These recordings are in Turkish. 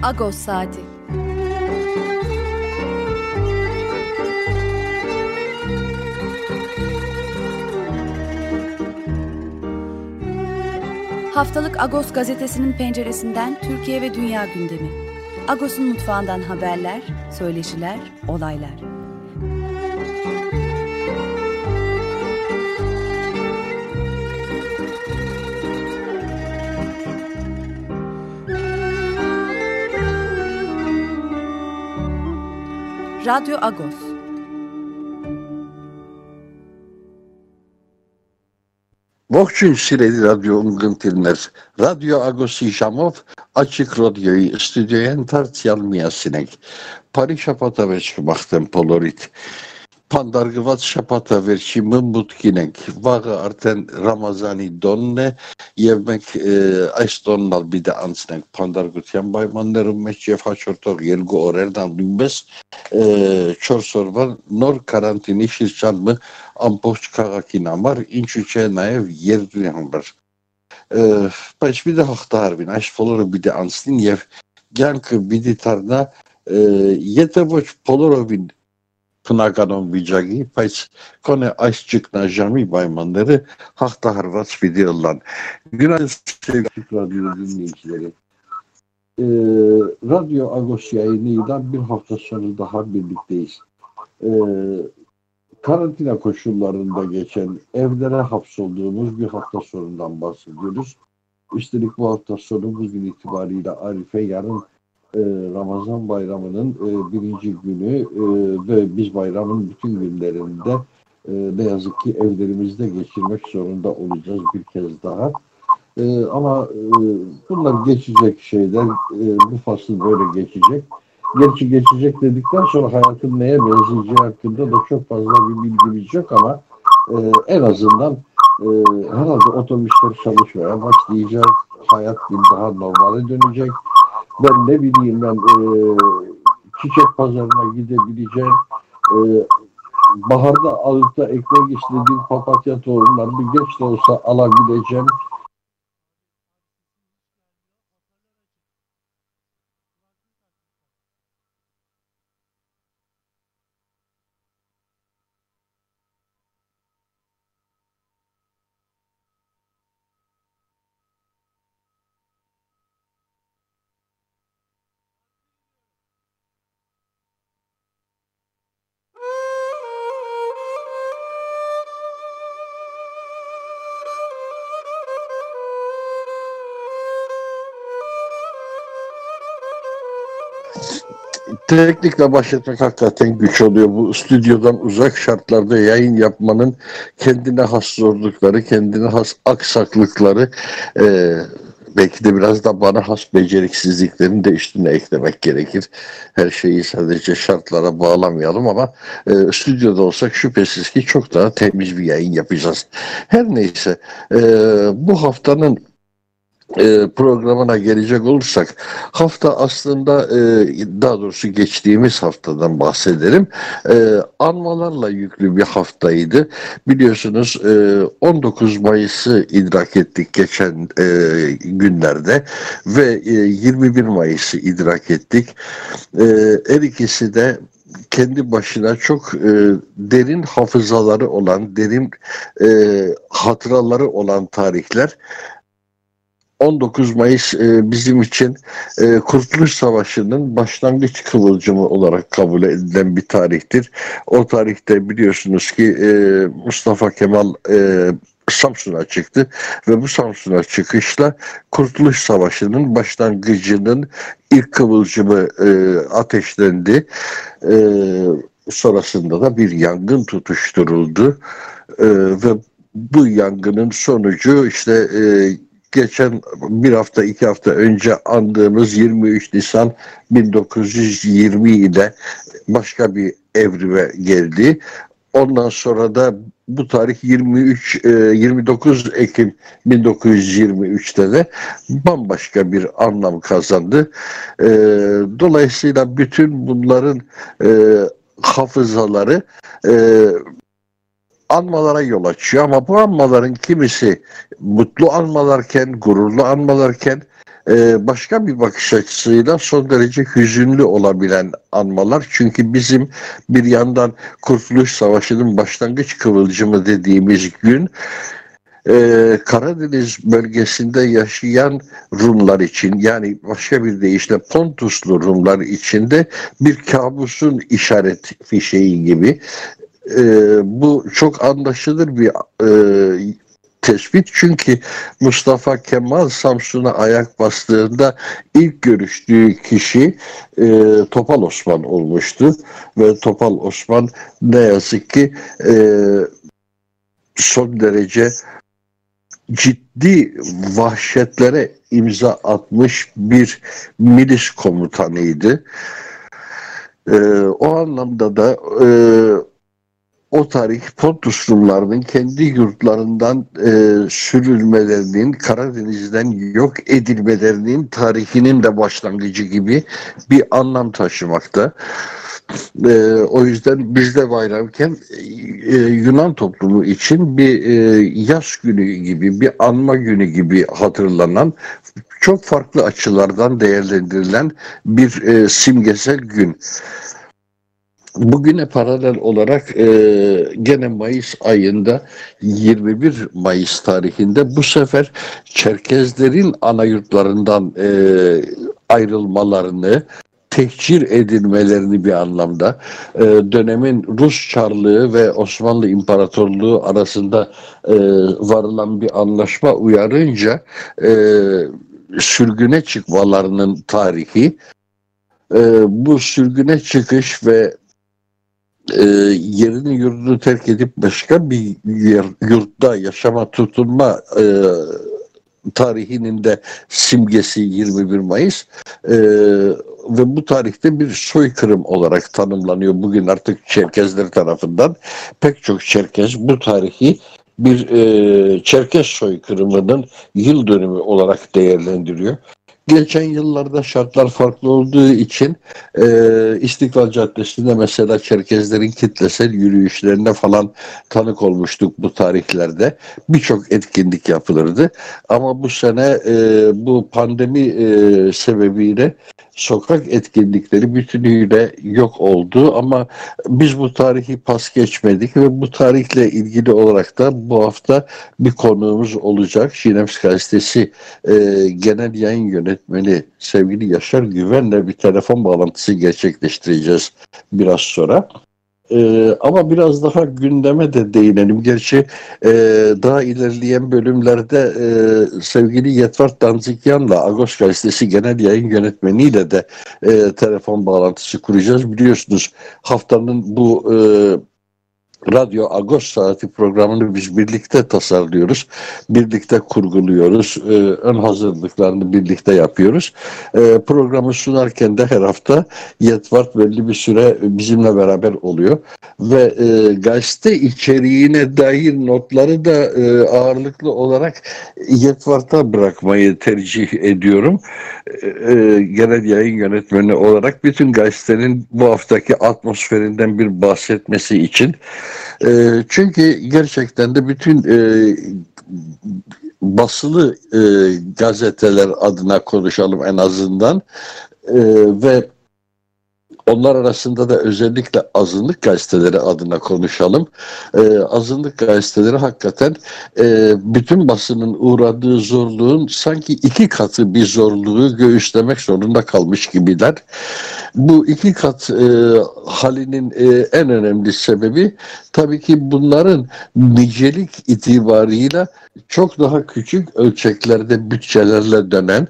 Agos Saati. Haftalık Agos gazetesinin penceresinden Türkiye ve dünya gündemi. Agos'un mutfağından haberler, söyleşiler, olaylar. Radyo Agos. Ողջույն սիրելի ռադիո ունկնդիրներ, Ռադիո Ագոսի ժամով Աչիկ ռադիոյի ստուդիոյեն դարձյալ միասին ենք։ Բարի շաբաթավերջը կմաղթեմ բոլորիդ։ Փանդարգված շաբաթավերջի մմուտքին ենք։ Վաղը արդեն Ռամազանի տոնն է եւ մենք այս տոնն ալ պիտի անցնենք փանդարգության պայմաններում մեջ եւ հաջորդող 2 օրերն նույնպես 4 օրվա նոր կարանտինի շրջանը ամբողջ քաղաքին համար, ինչու՞ չէ նաև երկրի համար։ Բայց պիտի հաղթահարվին, այս բոլորը պիտի անցնին եւ կյանքը պիտի դառնա, եթե ոչ բոլորովին բնականon վիճակի, բայց կոնե այս ճգնաժամի պայմանները հաղթահարված պիտի լան։ Radyo Agos yayınıyla bir hafta sonu daha birlikteyiz. Karantina koşullarında geçen evlere hapsolduğumuz bir hafta sonundan bahsediyoruz. Üstelik bu hafta sonu bugün itibariyle Arife, yarın Ramazan bayramının birinci günü ve biz bayramın bütün günlerinde ne yazık ki evlerimizde geçirmek zorunda olacağız bir kez daha. Ama bunlar geçecek şeyler, bu fasıl böyle geçecek. Gerçi geçecek dedikten sonra hayatın neye benzeyeceği hakkında da çok fazla bir bilgimiz yok ama en azından herhalde otobüsler çalışmaya başlayacak, hayat bir daha normale dönecek. Ben ne bileyim, ben çiçek pazarına gidebileceğim, baharda alıp da ekmek istediğim papatya tohumlarını geç de olsa alabileceğim. Teknikle baş etmek hakikaten güç oluyor. Bu stüdyodan uzak şartlarda yayın yapmanın kendine has zorlukları, kendine has aksaklıkları, belki de biraz da bana has beceriksizliklerini de üstüne eklemek gerekir. Her şeyi sadece şartlara bağlamayalım ama stüdyoda olsak şüphesiz ki çok daha temiz bir yayın yapacağız. Her neyse, bu haftanın programına gelecek olursak, hafta aslında daha doğrusu geçtiğimiz haftadan bahsedelim. Anmalarla yüklü bir haftaydı. Biliyorsunuz 19 Mayıs'ı idrak ettik geçen günlerde ve 21 Mayıs'ı idrak ettik. Her ikisi de kendi başına çok derin hafızaları olan, derin hatıraları olan tarihler. 19 Mayıs bizim için Kurtuluş Savaşı'nın başlangıç kıvılcımı olarak kabul edilen bir tarihtir. O tarihte biliyorsunuz ki Mustafa Kemal Samsun'a çıktı ve bu Samsun'a çıkışla Kurtuluş Savaşı'nın başlangıcının ilk kıvılcımı ateşlendi. Sonrasında da bir yangın tutuşturuldu ve bu yangının sonucu işte geçen bir hafta 2 hafta önce andığımız 23 Nisan 1920 ile başka bir evrime geldi. Ondan sonra da bu tarih 29 Ekim 1923'te de bambaşka bir anlam kazandı. Dolayısıyla bütün bunların hafızaları anmalara yol açıyor ama bu anmaların kimisi mutlu anmalarken, gururlu anmalarken başka bir bakış açısıyla son derece hüzünlü olabilen anmalar. Çünkü bizim bir yandan Kurtuluş Savaşı'nın başlangıç kıvılcımı dediğimiz gün Karadeniz bölgesinde yaşayan Rumlar için, yani başka bir deyişle Pontuslu Rumlar için de bir kabusun işaret fişeği gibi. Bu çok anlaşılır bir tespit, çünkü Mustafa Kemal Samsun'a ayak bastığında ilk görüştüğü kişi Topal Osman olmuştu ve Topal Osman ne yazık ki son derece ciddi vahşetlere imza atmış bir milis komutanıydı. O anlamda da o tarih Pontus Rumlarının kendi yurtlarından sürülmelerinin, Karadeniz'den yok edilmelerinin tarihinin de başlangıcı gibi bir anlam taşımakta. O yüzden bizde bayramken Yunan toplumu için bir yaz günü gibi, bir anma günü gibi hatırlanan, çok farklı açılardan değerlendirilen bir simgesel gün. Bugüne paralel olarak gene Mayıs ayında 21 Mayıs tarihinde bu sefer Çerkezlerin ana yurtlarından ayrılmalarını, tehcir edilmelerini bir anlamda dönemin Rus Çarlığı ve Osmanlı İmparatorluğu arasında varılan bir anlaşma uyarınca sürgüne çıkmalarının tarihi, bu sürgüne çıkış ve yerini yurdunu terk edip başka bir yurtta yaşama tutunma tarihinin de simgesi 21 Mayıs ve bu tarihte bir soykırım olarak tanımlanıyor bugün artık Çerkezler tarafından. Pek çok Çerkez bu tarihi bir Çerkez soykırımının yıl dönümü olarak değerlendiriyor. Geçen yıllarda şartlar farklı olduğu için İstiklal Caddesi'nde mesela Çerkezlerin kitlesel yürüyüşlerine falan tanık olmuştuk bu tarihlerde. Birçok etkinlik yapılırdı. Ama bu sene bu pandemi sebebiyle sokak etkinlikleri bütünüyle yok oldu, ama biz bu tarihi pas geçmedik ve bu tarihle ilgili olarak da bu hafta bir konuğumuz olacak. Şinems Gazetesi Genel Yayın Yönetmeni sevgili Yaşar Güven'le bir telefon bağlantısı gerçekleştireceğiz biraz sonra. Ama biraz daha gündeme de değinelim. Gerçi daha ilerleyen bölümlerde sevgili Yetvart Danzikyan'la Agos Gazetesi Genel Yayın Yönetmeni'yle de telefon bağlantısı kuracağız. Biliyorsunuz haftanın bu Radyo Agos Saati programını biz birlikte tasarlıyoruz. Birlikte kurguluyoruz. Ön hazırlıklarını birlikte yapıyoruz. Programı sunarken de her hafta Yetvart belli bir süre bizimle beraber oluyor. Ve gazete içeriğine dair notları da ağırlıklı olarak Yetvart'a bırakmayı tercih ediyorum. Genel yayın yönetmeni olarak bütün gazetenin bu haftaki atmosferinden bir bahsetmesi için. Çünkü gerçekten de bütün basılı gazeteler adına konuşalım en azından ve onlar arasında da özellikle azınlık gazeteleri adına konuşalım. Azınlık gazeteleri hakikaten bütün basının uğradığı zorluğun sanki iki katı bir zorluğu göğüslemek zorunda kalmış gibiler. Bu iki kat halinin en önemli sebebi tabii ki bunların nicelik itibarıyla çok daha küçük ölçeklerde bütçelerle dönen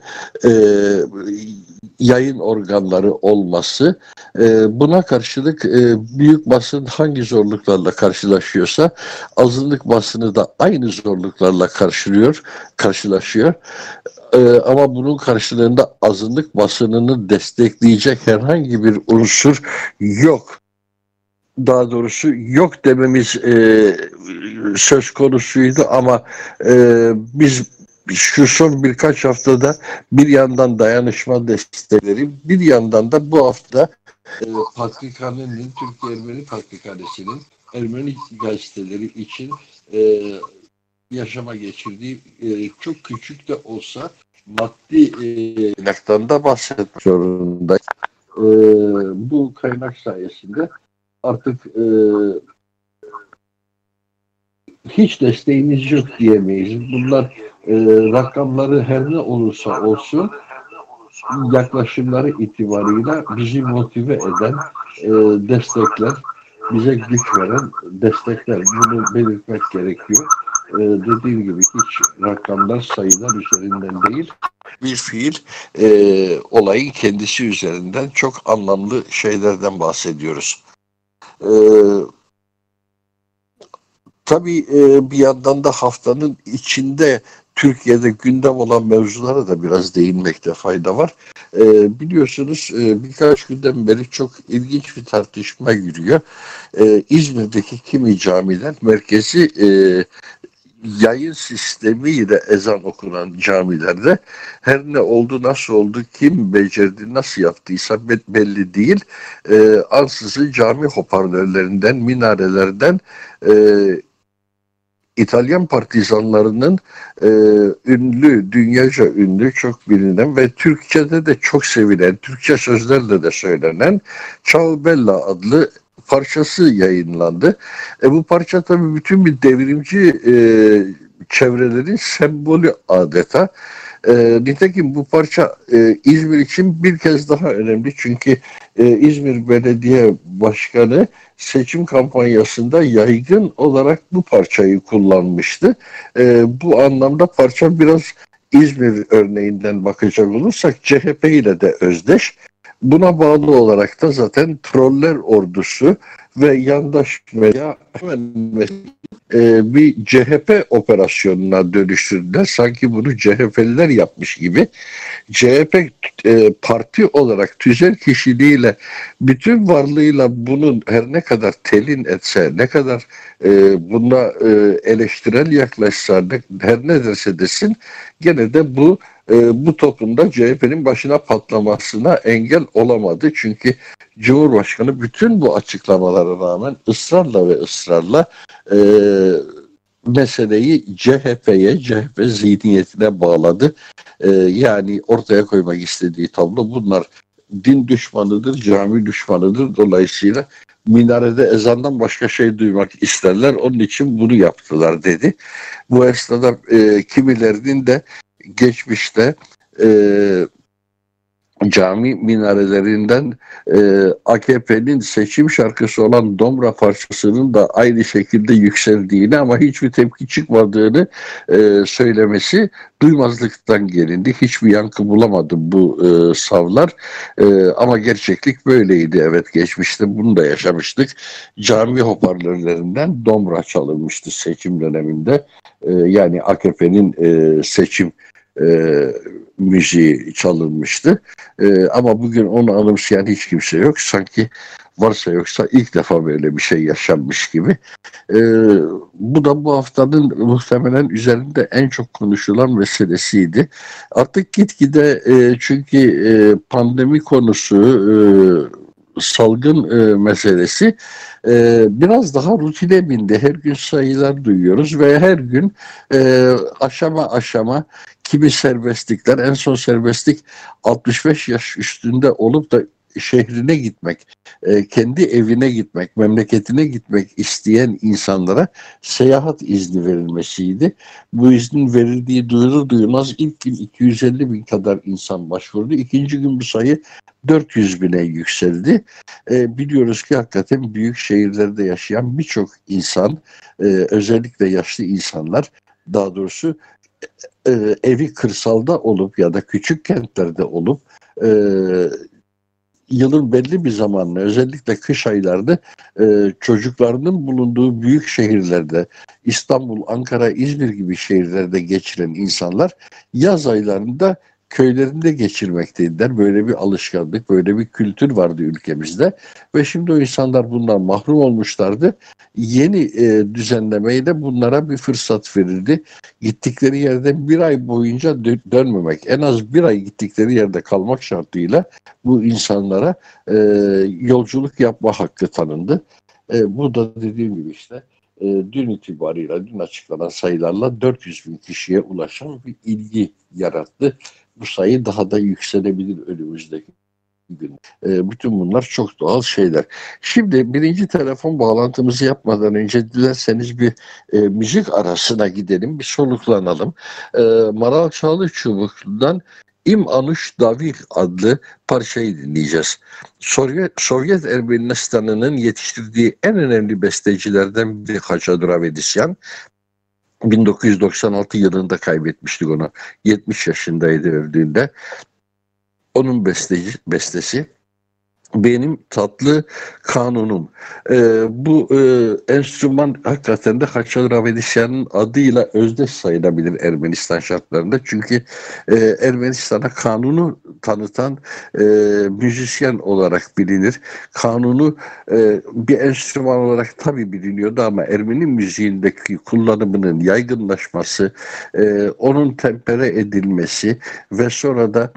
yayın organları olması. Buna karşılık büyük basın hangi zorluklarla karşılaşıyorsa azınlık basını da aynı zorluklarla karşılaşıyor. Ama bunun karşılığında azınlık basınını destekleyecek herhangi bir unsur yok. Daha doğrusu yok dememiz söz konusuydu, ama biz şu son birkaç haftada bir yandan dayanışma destekleri, bir yandan da bu hafta Patrikhane'nin, Türkiye Ermeni Patrikhanesi'nin Ermeni gazeteleri için yaşama geçirdiği çok küçük de olsa maddi kaynaktan da bahsetmek zorundayız. Bu kaynak sayesinde artık hiç desteğimiz yok diyemeyiz. Bunlar rakamları her ne olursa olsun yaklaşımları itibarıyla bizi motive eden destekler, bize güç veren destekler. Bunu belirtmek gerekiyor. Dediğim gibi hiç rakamlar, sayılar üzerinden değil, bir fiil olayın kendisi üzerinden çok anlamlı şeylerden bahsediyoruz. Tabii bir yandan da haftanın içinde Türkiye'de gündem olan mevzulara da biraz değinmekte fayda var. Biliyorsunuz birkaç günden beri çok ilginç bir tartışma yürüyor. İzmir'deki kimi camiler merkezi yayın sistemiyle ezan okunan camilerde her ne oldu, nasıl oldu, kim becerdi, nasıl yaptıysa belli değil. Ansızın cami hoparlörlerinden, minarelerden İtalyan partizanlarının ünlü, dünyaca ünlü, çok bilinen ve Türkçe'de de çok sevilen, Türkçe sözlerle de söylenen Ciao Bella adlı parçası yayınlandı. Bu parça tabii bütün bir devrimci çevrelerin sembolü adeta. Nitekim bu parça İzmir için bir kez daha önemli. Çünkü İzmir Belediye Başkanı seçim kampanyasında yaygın olarak bu parçayı kullanmıştı. Bu anlamda parça biraz İzmir örneğinden bakacak olursak CHP ile de özdeş. Buna bağlı olarak da zaten troller ordusu ve yandaş medya bir CHP operasyonuna dönüştürdüler. Sanki bunu CHP'liler yapmış gibi. CHP parti olarak tüzel kişiliğiyle, bütün varlığıyla bunun her ne kadar telin etse, ne kadar buna eleştirel yaklaşsa, her ne derse desin, gene de bu toplumda CHP'nin başına patlamasına engel olamadı. Çünkü Cumhurbaşkanı bütün bu açıklamalara rağmen ısrarla meseleyi CHP zihniyetine bağladı. Yani ortaya koymak istediği tablo, bunlar din düşmanıdır, cami düşmanıdır. Dolayısıyla minarede ezandan başka şey duymak isterler. Onun için bunu yaptılar dedi. Bu esnada kimilerinin de geçmişte cami minarelerinden AKP'nin seçim şarkısı olan Domra parçasının da aynı şekilde yükseldiğini ama hiçbir tepki çıkmadığını söylemesi duymazlıktan gelindi. Hiçbir yankı bulamadı bu savlar. Ama gerçeklik böyleydi. Evet, geçmişte bunu da yaşamıştık. Cami hoparlörlerinden Domra çalınmıştı seçim döneminde. Yani AKP'nin seçim müziği çalınmıştı. Ama bugün onu anımsayan hiç kimse yok. Sanki varsa yoksa ilk defa böyle bir şey yaşanmış gibi. Bu da bu haftanın muhtemelen üzerinde en çok konuşulan meselesiydi. Artık gitgide çünkü pandemi konusu, salgın meselesi biraz daha rutine bindi. Her gün sayılar duyuyoruz ve her gün aşama aşama kimi serbestlikler, en son serbestlik 65 yaş üstünde olup da şehrine gitmek, kendi evine gitmek, memleketine gitmek isteyen insanlara seyahat izni verilmesiydi. Bu iznin verildiği duyulur duyulmaz ilk gün 250 bin kadar insan başvurdu. İkinci gün bu sayı 400 bine yükseldi. Biliyoruz ki hakikaten büyük şehirlerde yaşayan birçok insan, özellikle yaşlı insanlar, daha doğrusu evi kırsalda olup ya da küçük kentlerde olup yılın belli bir zamanla, özellikle kış aylarında çocuklarının bulunduğu büyük şehirlerde, İstanbul, Ankara, İzmir gibi şehirlerde geçiren insanlar yaz aylarında köylerinde geçirmekteydiler. Böyle bir alışkanlık, böyle bir kültür vardı ülkemizde ve şimdi o insanlar bundan mahrum olmuşlardı. Yeni düzenlemeyle bunlara bir fırsat verildi. Gittikleri yerden bir ay boyunca dönmemek, en az bir ay gittikleri yerde kalmak şartıyla bu insanlara yolculuk yapma hakkı tanındı. Bu da dediğim gibi işte dün itibarıyla, dün açıklanan sayılarla 400 bin kişiye ulaşan bir ilgi yarattı. Bu sayı daha da yükselebilir önümüzdeki gün. Bütün bunlar çok doğal şeyler. Şimdi birinci telefon bağlantımızı yapmadan önce dilerseniz bir müzik arasına gidelim, bir soluklanalım. Maral Çağlıçubuk'tan İm Anuş Davir adlı parçayı dinleyeceğiz. Sovyet Ermenistan'ının yetiştirdiği en önemli bestecilerden biri Haçadır Avedisyan. 1996 yılında kaybetmiştik onu. 70 yaşındaydı öldüğünde. Onun bestesi Benim Tatlı Kanunum. Bu enstrüman hakikaten de Haçadır Avedisyan'ın adıyla özdeş sayılabilir Ermenistan şartlarında. Çünkü Ermenistan'a kanunu tanıtan müzisyen olarak bilinir. Kanunu bir enstrüman olarak tabii biliniyordu ama Ermeni müziğindeki kullanımının yaygınlaşması, onun tempere edilmesi ve sonra da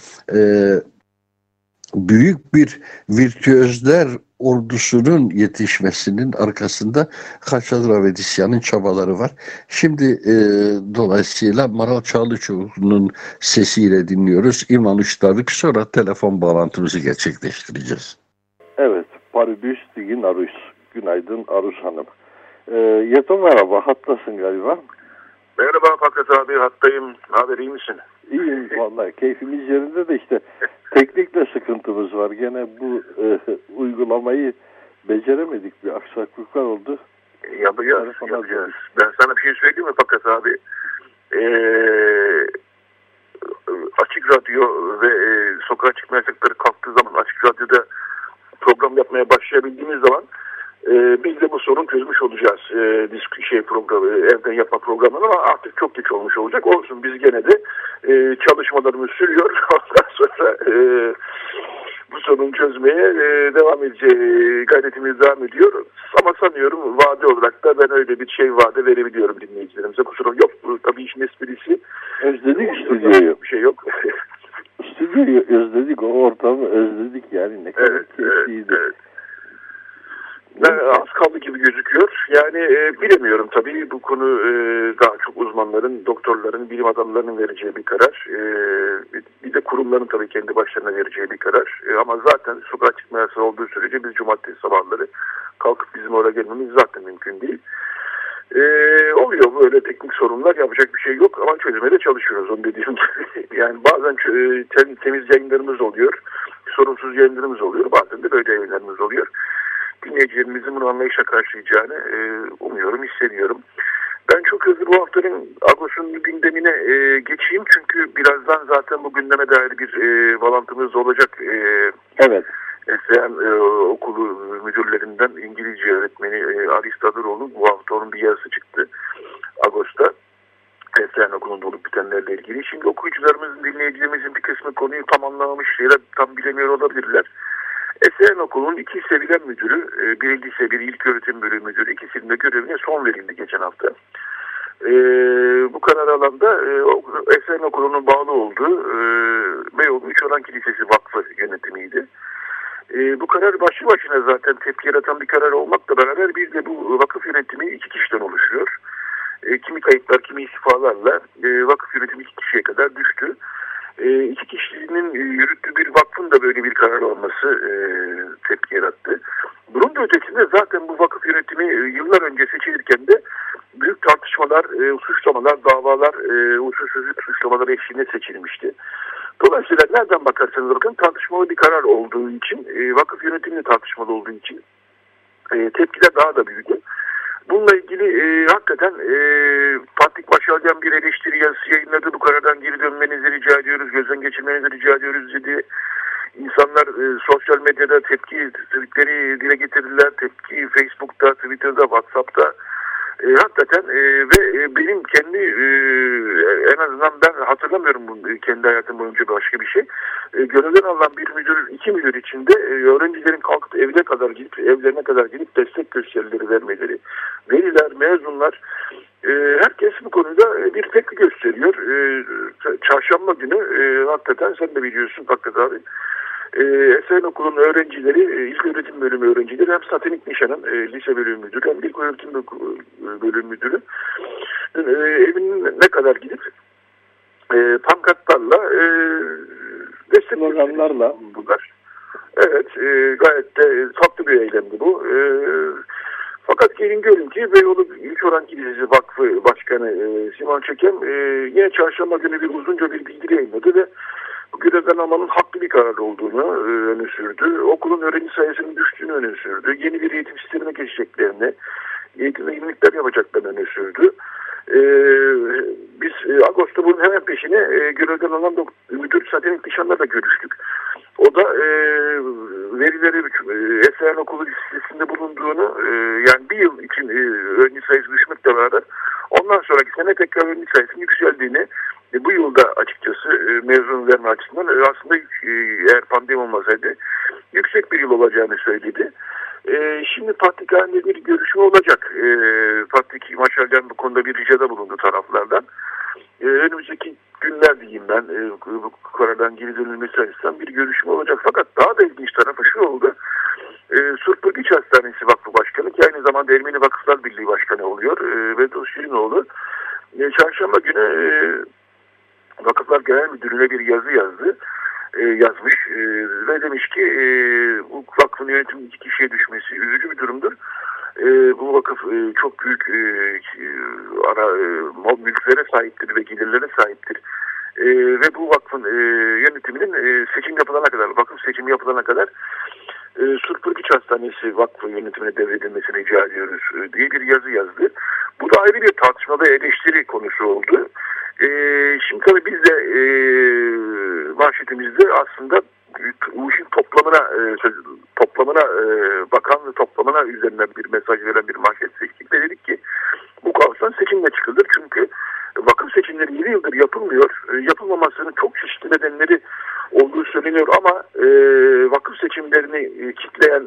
büyük bir virtüözler ordusunun yetişmesinin arkasında Haçadır Avedisyan'ın çabaları var. Şimdi dolayısıyla Maral Çağlıçoğlu'nun sesiyle dinliyoruz. İman Uçtarık, sonra telefon bağlantımızı gerçekleştireceğiz. Evet, Paribüstigin Arus. Günaydın Arus Hanım. Yeto merhaba, hattasın galiba. Merhaba Fakat abi, hattayım. Haber, iyi misin? İyiyim vallahi, keyfimiz yerinde de işte teknikle sıkıntımız var. Gene bu uygulamayı beceremedik, bir aksaklıklar oldu. Yapacağız. Ben sana bir şey söyleyeyim mi Fakat abi? Açık Radyo ve sokağa çıkma yasakları kalktığı zaman, Açık Radyo'da program yapmaya başlayabildiğimiz zaman biz de bu sorunu çözmüş olacağız. Programı, evden yapma programını, ama artık çok geç olmuş olacak. Olsun, biz gene de çalışmalarımız sürüyor. Ondan sonra bu sorunu çözmeye devam edeceğiz. Gayretimiz devam ediyor. Ama sanıyorum vade olarak da ben öyle bir vade verebiliyorum dinleyicilerimize. Kusura yok. Tabii işin esprisi. Özledik stüdyoyu. Bir şey yok. Stüdyoyu özledik. O ortamı özledik yani. Ne kadar keyifliydi. Evet. Az kaldı gibi gözüküyor. Yani bilemiyorum tabii, bu konu daha çok uzmanların, doktorların, bilim adamlarının vereceği bir karar. Bir de kurumların tabii kendi başlarına vereceği bir karar. Ama zaten sokağa çıkma yasağı olduğu sürece biz cumartesi sabahları kalkıp bizim oraya gelmemiz zaten mümkün değil. Oluyor böyle teknik sorunlar, yapacak bir şey yok ama çözmeye de çalışıyoruz, onu dediğim gibi. Yani bazen temiz yayınlarımız oluyor, sorunsuz yayınlarımız oluyor, bazen de böyle yayınlarımız oluyor. Dinleyicilerimizin bunu anlayışla karşılayacağını umuyorum, hissediyorum. Ben çok hızlı bu haftanın Agos'un gündemine geçeyim. Çünkü birazdan zaten bu gündeme dair bir bağlantımız olacak. Evet. Esseyan okulu müdürlerinden İngilizce öğretmeni Aris Tadıroğlu, bu hafta onun bir yazısı çıktı Agos'ta. Esseyan okulunda olup bitenlerle ilgili. Şimdi okuyucularımızın, dinleyicilerimizin bir kısmı konuyu tam anlamamış ya da tam bilemiyor olabilirler. Esseyan Okulu'nun iki sevilen müdürü, bir lise, bir ilköğretim bölümü müdürü, ikisinin de görevine son verildi geçen hafta. Bu karar alanda Esseyan Okulu'nun bağlı olduğu Beyoğlu Üçoran Kilisesi Vakfı yönetimiydi. Bu karar başlı başına zaten tepki yaratan bir karar olmakla beraber bir de bu vakıf yönetimi iki kişiden oluşuyor. Kimi kayıplar, kimi istifalarla vakıf yönetimi iki kişiye kadar düştü. İki kişinin yürüttüğü bir vakfın da böyle bir karar alması tepki yarattı. Bunun da ötesinde zaten bu vakıf yönetimi yıllar önce seçilirken de büyük tartışmalar, suçlamalar, davalar, usulsüzlük suçlamaları eşliğinde seçilmişti. Dolayısıyla nereden bakarsanız bakın tartışmalı bir karar olduğu için, vakıf yönetiminin tartışmalı olduğu için tepkiler daha da büyüdü. Bununla ilgili hakikaten Fatih Başar'dan bir eleştiri yazısı yayınladı. Bu karardan geri dönmenizi rica ediyoruz, gözden geçirmenizi rica ediyoruz dedi. İnsanlar sosyal medyada tepki tweetleri dile getirdiler. Tepki Facebook'ta, Twitter'da, WhatsApp'ta. Hakikaten ve benim kendi en azından ben hatırlamıyorum bunu, kendi hayatım boyunca başka bir şey. Görevden alınan bir müdür, iki müdür içinde öğrencilerin kalkıp evlerine kadar gidip destek gösterileri vermeleri, veliler, mezunlar, herkes bu konuda bir tepki gösteriyor. Çarşamba günü hakikaten sen de biliyorsun Fakat abi, Esen Okulu'nun öğrencileri, ilköğretim bölümü öğrencileri hem Satanik Nişan'ın lise bölüm müdürü hem ilköğretim bölüm müdürü evine ne kadar gidip pankartlarla destek sloganlarla bunlar. Evet, gayet de tatlı bir eylemdi bu. Fakat gelin görün ki Beyoğlu İlköğretim Kilisesi Vakfı Başkanı Simon Çekem yine çarşamba günü bir uzunca bir bildiri yayınladı ve bu görevden almanın haklı bir karar olduğunu öne sürdü. Okulun öğrenci sayısının düştüğünü öne sürdü. Yeni bir eğitim sistemine geçeceklerini, eğitimde yenilikler yapacaklarını öne sürdü. Biz Ağustos'ta bunun hemen peşine görevden alan müdür Satanik Nişan'la da görüştük. O da verileri Esen Okulu listesinde bulunduğunu yani bir yıl için öğrenci sayısı düşmekle beraber ondan sonraki sene tekrar öğrenci sayısının yükseldiğini bu yılda açıkçası mezun verme açısından aslında eğer pandemi olmasaydı yüksek bir yıl olacağını söyledi. Şimdi Patrik halinde bir görüşme olacak. Patrik Maşalcan bu konuda bir ricada bulundu taraflardan. Önümüzdeki günler diyeyim ben bu karardan geri dönülmesi açısından bir görüşme olacak. Fakat daha da ilginç tarafı şu oldu. Surpurgiç Hastanesi Vakfı Başkanı ki aynı zamanda Ermeni Vakıflar Birliği Başkanı oluyor. Vedat Şirinoğlu çarşamba günü Vakıflar Genel Müdürlüğü'ne bir yazı yazmış ve demiş ki bu vakfın yönetimi 2 kişiye düşmesi üzücü bir durumdur. Bu vakıf çok büyük mülklere sahiptir ve gelirlere sahiptir. Ve bu vakfın yönetiminin seçim yapılana kadar, vakıf seçimi yapılana kadar Surpurgiç Hastanesi Vakfı yönetimine devredilmesini rica ediyoruz diye bir yazı yazdı. Bu da ayrı bir tartışma ve eleştiri konusu oldu. Şimdi tabii biz de manşetimizde aslında bu işin toplamına bakan ve toplamına üzerinden bir mesaj veren bir manşet seçtik ve dedik ki bu kaostan seçimle çıkılır. Çünkü vakıf seçimleri 7 yıldır yapılmıyor. Yapılmamasının çok çeşitli nedenleri olduğu söyleniyor ama vakıf seçimlerini kitleyen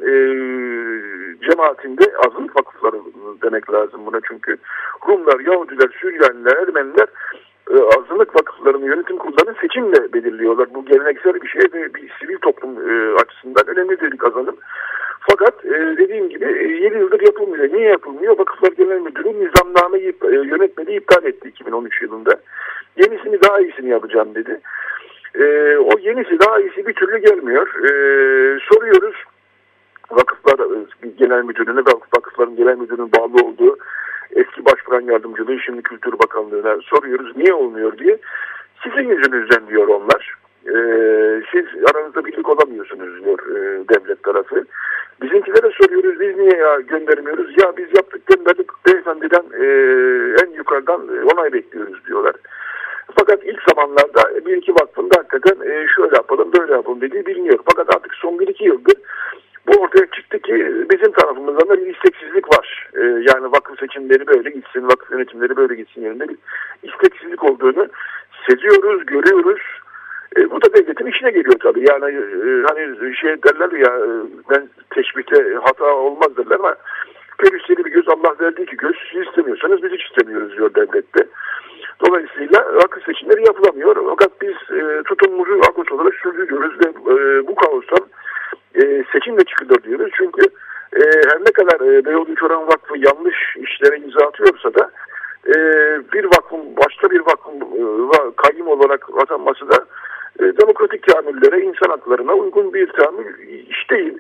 cemaatinde azınlık vakıfları demek lazım buna. Çünkü Rumlar, Yahudiler, Süryaniler, Ermeniler azınlık vakıflarının yönetim kurullarını seçimle belirliyorlar. Bu geleneksel bir şey ve bir sivil toplum açısından önemli bir kazanım. Fakat dediğim gibi 7 yıldır yapılmıyor. Niye yapılmıyor? Vakıflar Genel Müdürü nizamnameyi yönetmeliği iptal etti 2013 yılında. Yenisini daha iyisini yapacağım dedi. O yenisi daha iyisi bir türlü gelmiyor. Soruyoruz Vakıflar Genel Müdürlüğü'ne ve Vakıfların Genel Müdürlüğü'nün bağlı olduğu eski Başbakan Yardımcılığı şimdi Kültür Bakanlığı'na soruyoruz niye olmuyor diye. Sizin yüzünüzden diyor onlar. Siz aranızda birlik olamıyorsunuz diyor devlet tarafı. Bizimkilere soruyoruz biz niye göndermiyoruz? Ya biz yaptık gönderdik beyefendiden en yukarıdan onay bekliyoruz diyorlar. Fakat ilk zamanlarda bir iki vakfında hakikaten şöyle yapalım böyle yapalım dediği biliniyor. Fakat artık son 1-2 yıldır bu ortaya çıktı ki bizim tarafımızdan da bir isteksizlik var. Yani vakıf seçimleri böyle gitsin, vakıf yönetimleri böyle gitsin yönünde bir isteksizlik olduğunu seziyoruz, görüyoruz. Bu da devletin işine geliyor tabii. Yani hani şey derler ya ben teşbihte hata olmaz derler ama görüşleri bir göz Allah verdiği ki göz siz istemiyorsanız biz hiç istemiyoruz diyor devlette. Dolayısıyla vakıf seçimleri yapılamıyor. Fakat biz tutumumuzu Ağustos olarak sürdürüyoruz ve bu kaostan seçimle çıkılır diyoruz. Çünkü her ne kadar Beyoğlu İlköğretim Vakfı yanlış işlere imza atıyorsa da bir vakfın başka bir vakfın kayyum olarak atanması da demokratik teamüllere, insan haklarına uygun bir teamül iş değil.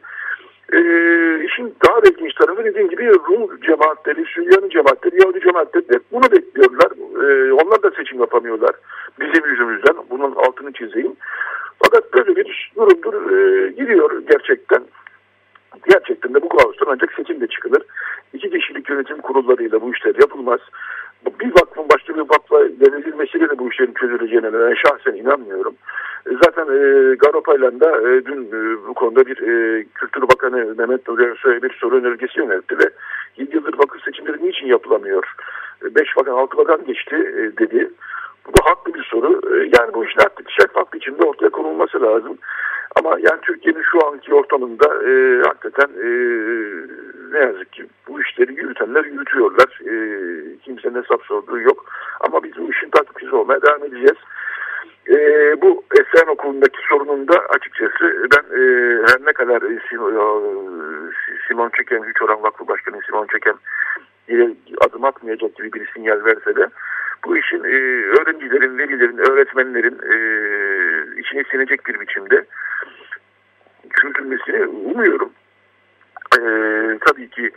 İşin daha da ilginç tarafı dediğim gibi Rum cemaatleri, Süryani cemaatleri, Yahudi cemaatleri de bunu bekliyorlar. Onlar da seçim yapamıyorlar bizim yüzümüzden. Bunun altını çizeyim. Fakat böyle bir durumdur giriyor gerçekten. Gerçekten de bu kaostan ancak seçimle çıkılır. 2 kişilik yönetim kurullarıyla bu işler yapılmaz. Bir vakfın başka bir vakfa denilmesiyle de bu işlerin çözüleceğine ben şahsen inanmıyorum. Zaten Garopay'la da dün bu konuda bir Kültür Bakanı Mehmet Nuri'ye bir soru önergesi yöneltti ve 7 yıldır vakıf seçimleri niçin yapılamıyor? 5 bakan 6 bakan geçti dedi. Bu da haklı bir soru. Yani bu işin artık şeffaf biçimde ortaya konulması lazım. Ama yani Türkiye'nin şu anki ortamında hakikaten ne yazık ki bu işleri yürütenler yürütüyorlar. Kimsenin hesap sorduğu yok. Ama biz bu işin takipçisi olmaya devam edeceğiz. Bu Esseyan Okulu'ndaki sorunun da açıkçası ben her ne kadar Simon Çekem, Güç Oran Vakfı Başkanı Simon Çekem adım atmayacak gibi bir sinyal verse de bu işin öğrencilerin, velilerin, öğretmenlerin içine sinecek bir biçimde çözülmesini umuyorum. Tabii ki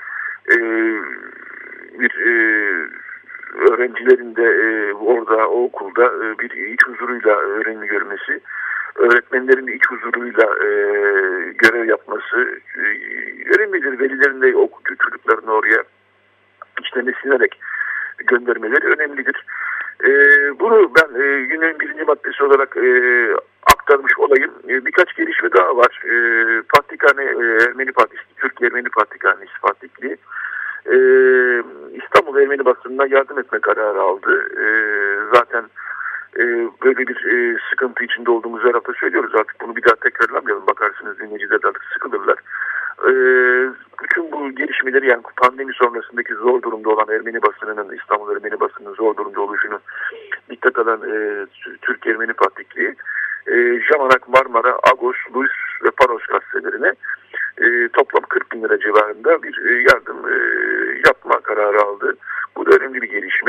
bir öğrencilerin de orada o okulda bir iç huzuruyla öğrenim görmesi, öğretmenlerin de iç huzuruyla görev yapması önemlidir. Velilerin de o çocuklarını oraya içlerine sinerek göndermeleri önemlidir. Bunu ben günün birinci maddesi olarak aktarmış olayım. Birkaç gelişme daha var. Patikhane Ermeni Partisi, Türkiye Ermeni Patrikhanesi Fatihliği İstanbul Ermeni basınına yardım etme kararı aldı. Zaten böyle bir sıkıntı içinde olduğumuzu her hafta söylüyoruz. Artık bunu bir daha tekrarlamayalım. Bakarsınız dinleyiciler de artık sıkılırlar. Bütün bu gelişmeleri, yani pandemi sonrasındaki zor durumda olan Ermeni basınının, İstanbul Ermeni basınının zor durumda oluşunu dikkat alan Türkiye Ermeni Patrikliği Jamanak, Marmara, Agos, Luis ve Paros gazetelerine toplam 40 bin lira civarında bir yardım yapma kararı aldı. Bu da önemli bir gelişme.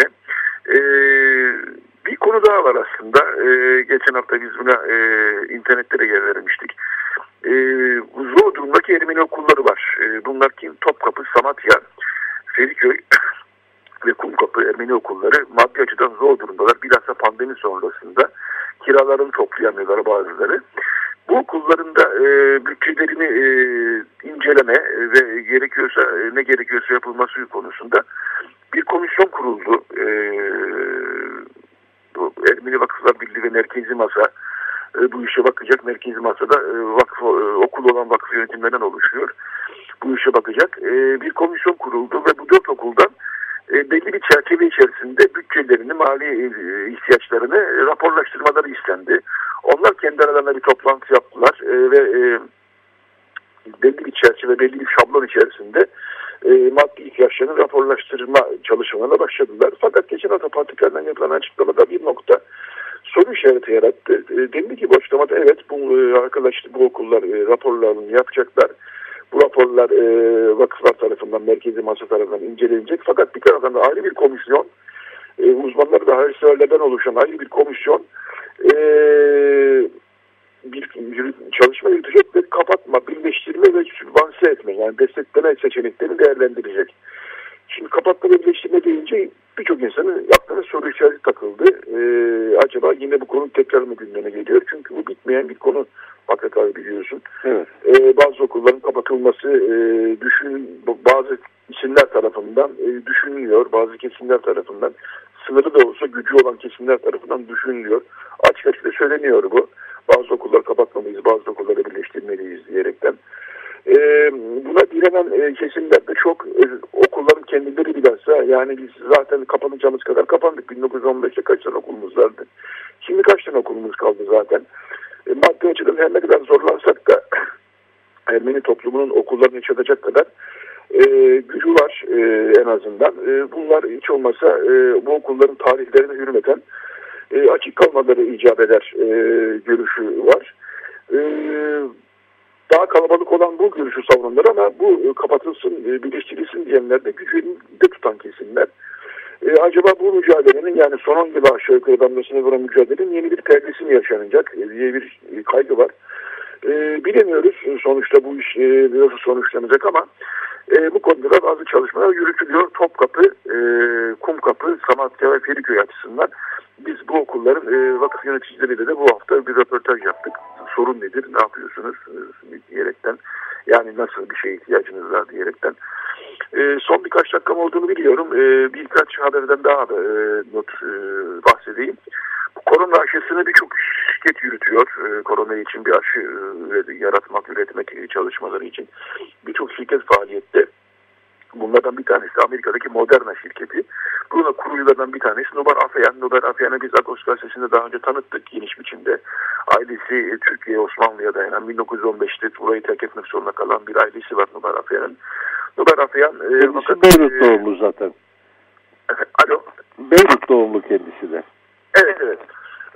Bir konu daha var aslında. Geçen hafta biz buna internette de yer vermiştik. Zor durumdaki Ermeni okulları var. Bunlar kim? Topkapı, Samatya, Feriköy ve Kumkapı Ermeni okulları maddi açıdan zor durumdalar. Bilhassa pandemi sonrasında kiralarını toplayamıyorlar bazıları. Bu okulların da bütçelerini inceleme ve gerekiyorsa ne gerekiyorsa yapılması konusunda bir komisyon kuruldu. Ermeni Vakıflar Birliği ve Merkezi Masa bu işe bakacak. Merkezi Masa'da okul olan vakıf yönetimlerinden oluşuyor. Bu işe bakacak. Bir komisyon kuruldu ve bu 4 okuldan belli bir çerçeve içerisinde bütçelerini, mali ihtiyaçlarını raporlaştırmaları istendi. Onlar kendi aralarında bir toplantı yaptılar ve belli bir çerçeve, belli bir şablon içerisinde maddi ihtiyaçlarını raporlaştırma çalışmalarına başladılar. Fakat geçen hafta Patrikhaneden yapılan açıklamada bir nokta soru işareti yarattı. Dendi ki boşlamada evet bu okullar raporlarını yapacaklar. Bu raporlar vakıflar tarafından, merkezi masa tarafından incelenecek. Fakat bir taraftan da ayrı bir komisyon, uzmanlar ve hayırseverlerden oluşan ayrı bir komisyon bir çalışma yürütecek ve kapatma, birleştirme ve sübvanse etme, yani destekleme seçeneklerini değerlendirecek. Şimdi kapatma ve birleştirme deyince birçok insanın aklına soru işareti takıldı. Acaba yine bu konu tekrar mı gündeme geliyor? Çünkü bu bitmeyen bir konu hakikaten biliyorsun. Evet. Bazı okulların kapatılması bazı isimler tarafından düşünülüyor. Bazı kesimler tarafından, sınırlı da olsa gücü olan kesimler tarafından düşünülüyor. Açık açık da söyleniyor bu. Bazı okulları kapatmalıyız, bazı okulları birleştirmeliyiz diyerekten. Buna direnen kesimlerde çok okulların kendileri bilhassa, yani biz zaten kapanacağımız kadar kapandık. 1915'te kaç tane okulumuz vardı? Şimdi kaç tane okulumuz kaldı zaten? Maddi açıdan her ne kadar zorlansak da Ermeni toplumunun okullarını yaşatacak kadar gücü var en azından. Bunlar hiç olmasa bu okulların tarihlerine hürmeten açık kalmaları icap eder görüşü var. Daha kalabalık olan bu görüşü savunanlar ama bu kapatılsın, birleştirilsin diyenler de gücünde tutan kesimler. Acaba bu mücadelenin, yani son 10 yılı aşağı yukarı damgasını vuran mücadelenin yeni bir perdesi mi yaşanacak diye bir kaygı var. Bilemiyoruz sonuçta bu iş nasıl sonuçlanacak ama bu konuda da bazı çalışmalar yürütülüyor. Topkapı, Kumkapı, Samatya ve Feriköy açısından biz bu okulların vakıf yöneticileriyle de bu hafta bir röportaj yaptık. Sorun nedir, ne yapıyorsunuz diyerekten, yani nasıl bir şeye ihtiyacınız var diyerekten. Son birkaç dakikam olduğunu biliyorum. Birkaç haberden daha bahsedeyim. Korona aşısını birçok şirket yürütüyor. Korona için bir aşı yaratmak, üretmek çalışmaları için birçok şirket faaliyette. Bunlardan bir tanesi Amerika'daki Moderna şirketi. Bunun kuruculardan bir tanesi Nubar Afeyan. Nubar Afeyan'ı biz Agos gazetesinde daha önce tanıttık geniş biçimde. Ailesi Türkiye, Osmanlı'ya dayanan 1915'te burayı terk etmek zorunda kalan bir ailesi var Nubar Afeyan'ın. Nubar Afeyan... Kendisi Beyrut doğumlu zaten. Alo? Beyrut doğumlu kendisi de. Evet.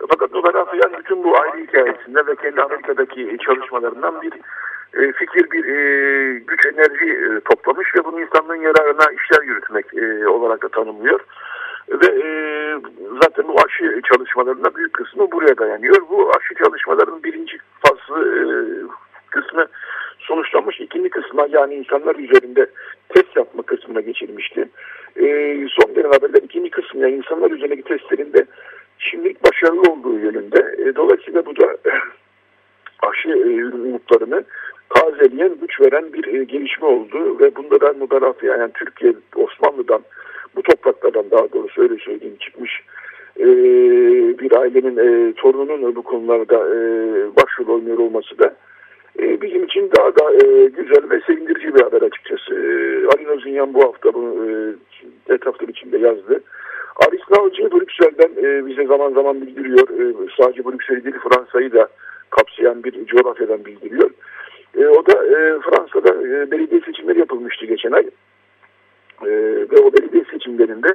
Fakat Nobel Afeyan bütün bu aile hikayesinde ve kendi Amerika'daki çalışmalarından bir fikir, bir güç, enerji toplamış ve bunu insanlığın yararına işler yürütmek olarak da tanımlıyor. Ve zaten bu aşı çalışmalarında büyük kısmı buraya dayanıyor. Bu aşı çalışmalarının birinci kısmı sonuçlanmış, ikinci kısmına yani insanlar üzerinde test yapma kısmına geçilmişti. Son gelen haberler ikinci kısmı yani insanlar üzerindeki testlerinde şimdilik başarılı olduğu yönünde. Dolayısıyla bu da aşı umutlarını tazeleyen, güç veren bir gelişme oldu ve bunda da Nobel Afeyan yani Türkiye, Osmanlı'dan, bu topraklardan daha doğrusu öyle söyleyeyim çıkmış bir ailenin torununun bu konularda başrol oynuyor olması da bizim için daha da güzel ve sevindirici bir haber açıkçası. Ali Nozinyan bu hafta bunu etrafta içinde yazdı. Aris Nalcı Brüksel'den bize zaman zaman bildiriyor. Sadece Brüksel'i değil Fransa'yı da kapsayan bir coğrafyadan bildiriyor. O da Fransa'da belediye seçimleri yapılmıştı geçen ay. Ve o belediye seçimlerinde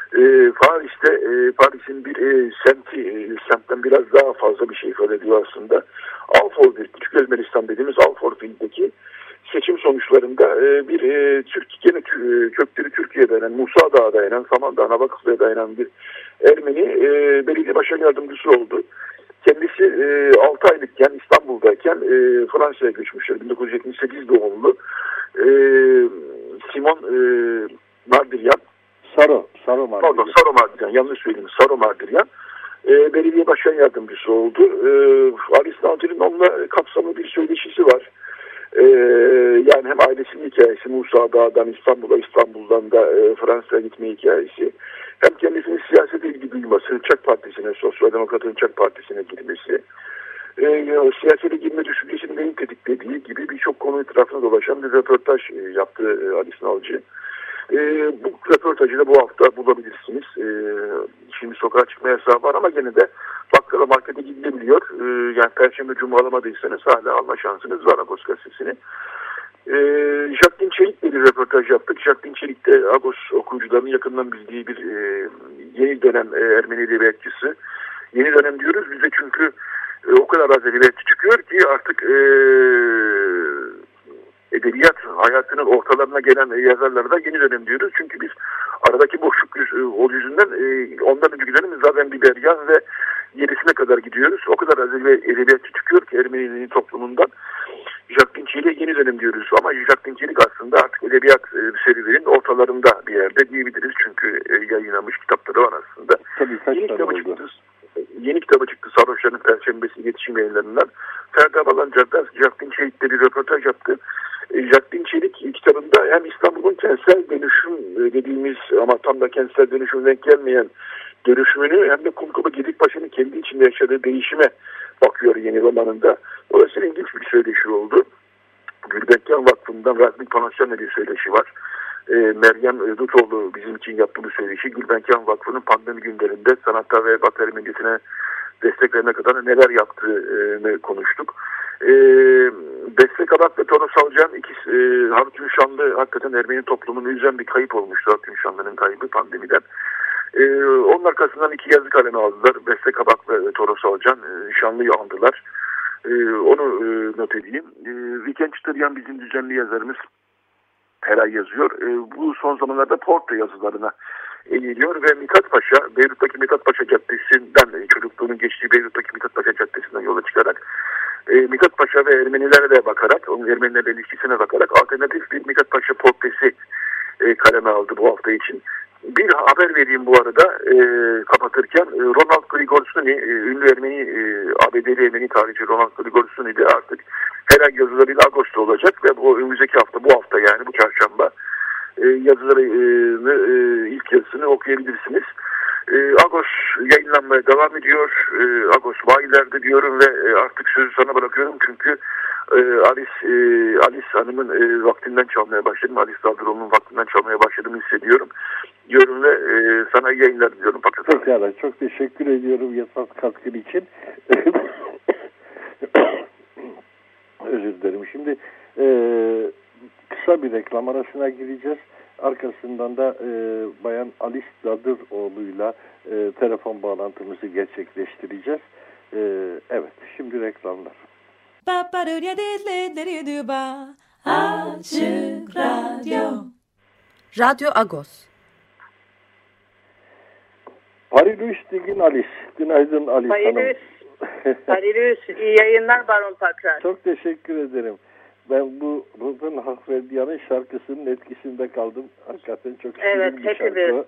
Paris'in bir semtten biraz daha fazla bir şey ifade ediyor aslında. Alfortville, Küçük Elmeristan dediğimiz Alfortville'deki seçim sonuçlarında kökleri Türkiye'ye dayanan, Musa Dağ'a dayanan, Samandağ'a, Vakıflı'ya dayanan bir Ermeni belediye başkan yardımcısı oldu. Kendisi 6 aylıkken İstanbul'dayken Fransa'ya göçmüşler. 1978 doğumlu Simon Mardiryan. Saro Mardiryan. Yanlış söyledim. Saro Mardiryan. Belediye başkan yardımcısı oldu. Aris Nalcı'nın onunla kapsamlı bir söyleşisi var. Yani hem ailesinin hikayesi, Musa Dağ'dan İstanbul'a, İstanbul'dan da Fransa'ya gitme hikayesi. Hem kendisinin siyasete ilgi duyması, Çak Partisi'ne, Sosyal Demokrat'ın Çak Partisi'ne girmesi, siyasete girme düşüncesini neyin tetiklediği gibi birçok konu etrafına dolaşan bir röportaj yaptı Aris Nalcı. Bu röportajı da bu hafta bulabilirsiniz. Şimdi sokağa çıkma yasağı var ama gene de bakkala markete gidilebiliyor. Yani Perşembe Cuma alamadıysanız hala alma şansınız var Agos gazetesini. Jacqueline Çelik'le bir röportaj yaptık. Jacqueline Çelik de Agos okuyucularının yakından bildiği bir yeni dönem Ermeni edebiyatçısı. Yeni dönem diyoruz biz de çünkü o kadar az edebiyatçı çıkıyor ki artık edebiyat hayatının ortalarına gelen yazarlara da yeni dönem diyoruz. Çünkü biz aradaki boşluk yüzünden ondan önceki dönemimiz zaten Biberyan ve gerisine kadar gidiyoruz. O kadar az edebiyatçı çıkıyor ki Ermeni toplumundan. Jacqueline Çelik'e yeni dönem diyoruz. Ama Jacqueline Çelik aslında artık edebiyat serilerinin ortalarında bir yerde diyebiliriz. Çünkü yayınlamış kitapları var aslında. Tabii Yeni kitabı çıktı Sarhoşların Perşembesi iletişim yayınlarından. Ferdi Balanca'da Jacqueline Çelik'le bir röportaj yaptı. Jacqueline Çelik kitabında hem İstanbul'un kentsel dönüşüm dediğimiz ama tam da kentsel dönüşüm denk gelmeyen dönüşümünü hem de Kumkapı Gedikpaşa'nın kendi içinde yaşadığı değişime bakıyor yeni romanında. Dolayısıyla ilginç bir söyleşi oldu. Gülbenkian Vakfı'ndan Radnik Panasyon'la bir söyleşi var. Meryem Dutoğlu bizim için yaptığı bu söyleşi Gülbenkian Vakfı'nın pandemi günlerinde sanatta ve Batı Ermenisine destek verene kadar neler yaptığını konuştuk. Destek Abak ve Toros Alcan Harut Ünşanlı hakikaten Ermeni toplumunu üzen bir kayıp olmuştu. Harut Ünşanlı'nın kaybı pandemiden. Onun arkasından 2 yazı kalemi aldılar. Destek Abak ve Toros Alcan Şanlı'yı andılar. Onu not edeyim. Viken Çıtıryan bizim düzenli yazarımız her ay yazıyor. Bu son zamanlarda portre yazılarına eğiliyor ve Mithat Paşa, Beyrut'taki Mithat Paşa Caddesi'nden, çocukluğunun geçtiği Beyrut'taki Mithat Paşa Caddesi'nden yola çıkarak Mithat Paşa ve Ermenilere de bakarak, onun Ermenilerle ilişkisine bakarak alternatif bir Mithat Paşa portresi kaleme aldı bu hafta için. Bir haber vereyim bu arada kapatırken. Ronald Grigorsuni, ünlü ABD'li Ermeni tarihçi Ronald Grigorsuni de artık her ay yazılarıyla Ağustos'ta olacak ve bu önümüzdeki hafta, bu hafta yani bu çarşamba yazılarını ilk yazısını okuyabilirsiniz. Agos yayınlanmaya devam ediyor. Agos bayilerde diyorum ve artık sözü sana bırakıyorum çünkü Alice Hanım'ın vaktinden çalmaya başladım. Alice Daldıroğlu'nun vaktinden çalmaya başladığımı hissediyorum. Diyorum ve sana iyi yayınlar diliyorum. Pekala, çok teşekkür ediyorum yasal katkın için. Özür dilerim. Şimdi kısa bir reklam arasına gireceğiz. Arkasından da Bayan Alice Dadıroğlu'yla telefon bağlantımızı gerçekleştireceğiz. Evet, şimdi reklamlar. Açık Radyo. Radyo Agos. Parilüs Digin Alice. Günaydın Alice Hanım. Parilüs. İyi yayınlar Baron Pakrar. Çok teşekkür ederim. Ben bu Ruben Hakverdiyan'ın şarkısının etkisinde kaldım. Hakikaten çok şirin bir şarkı.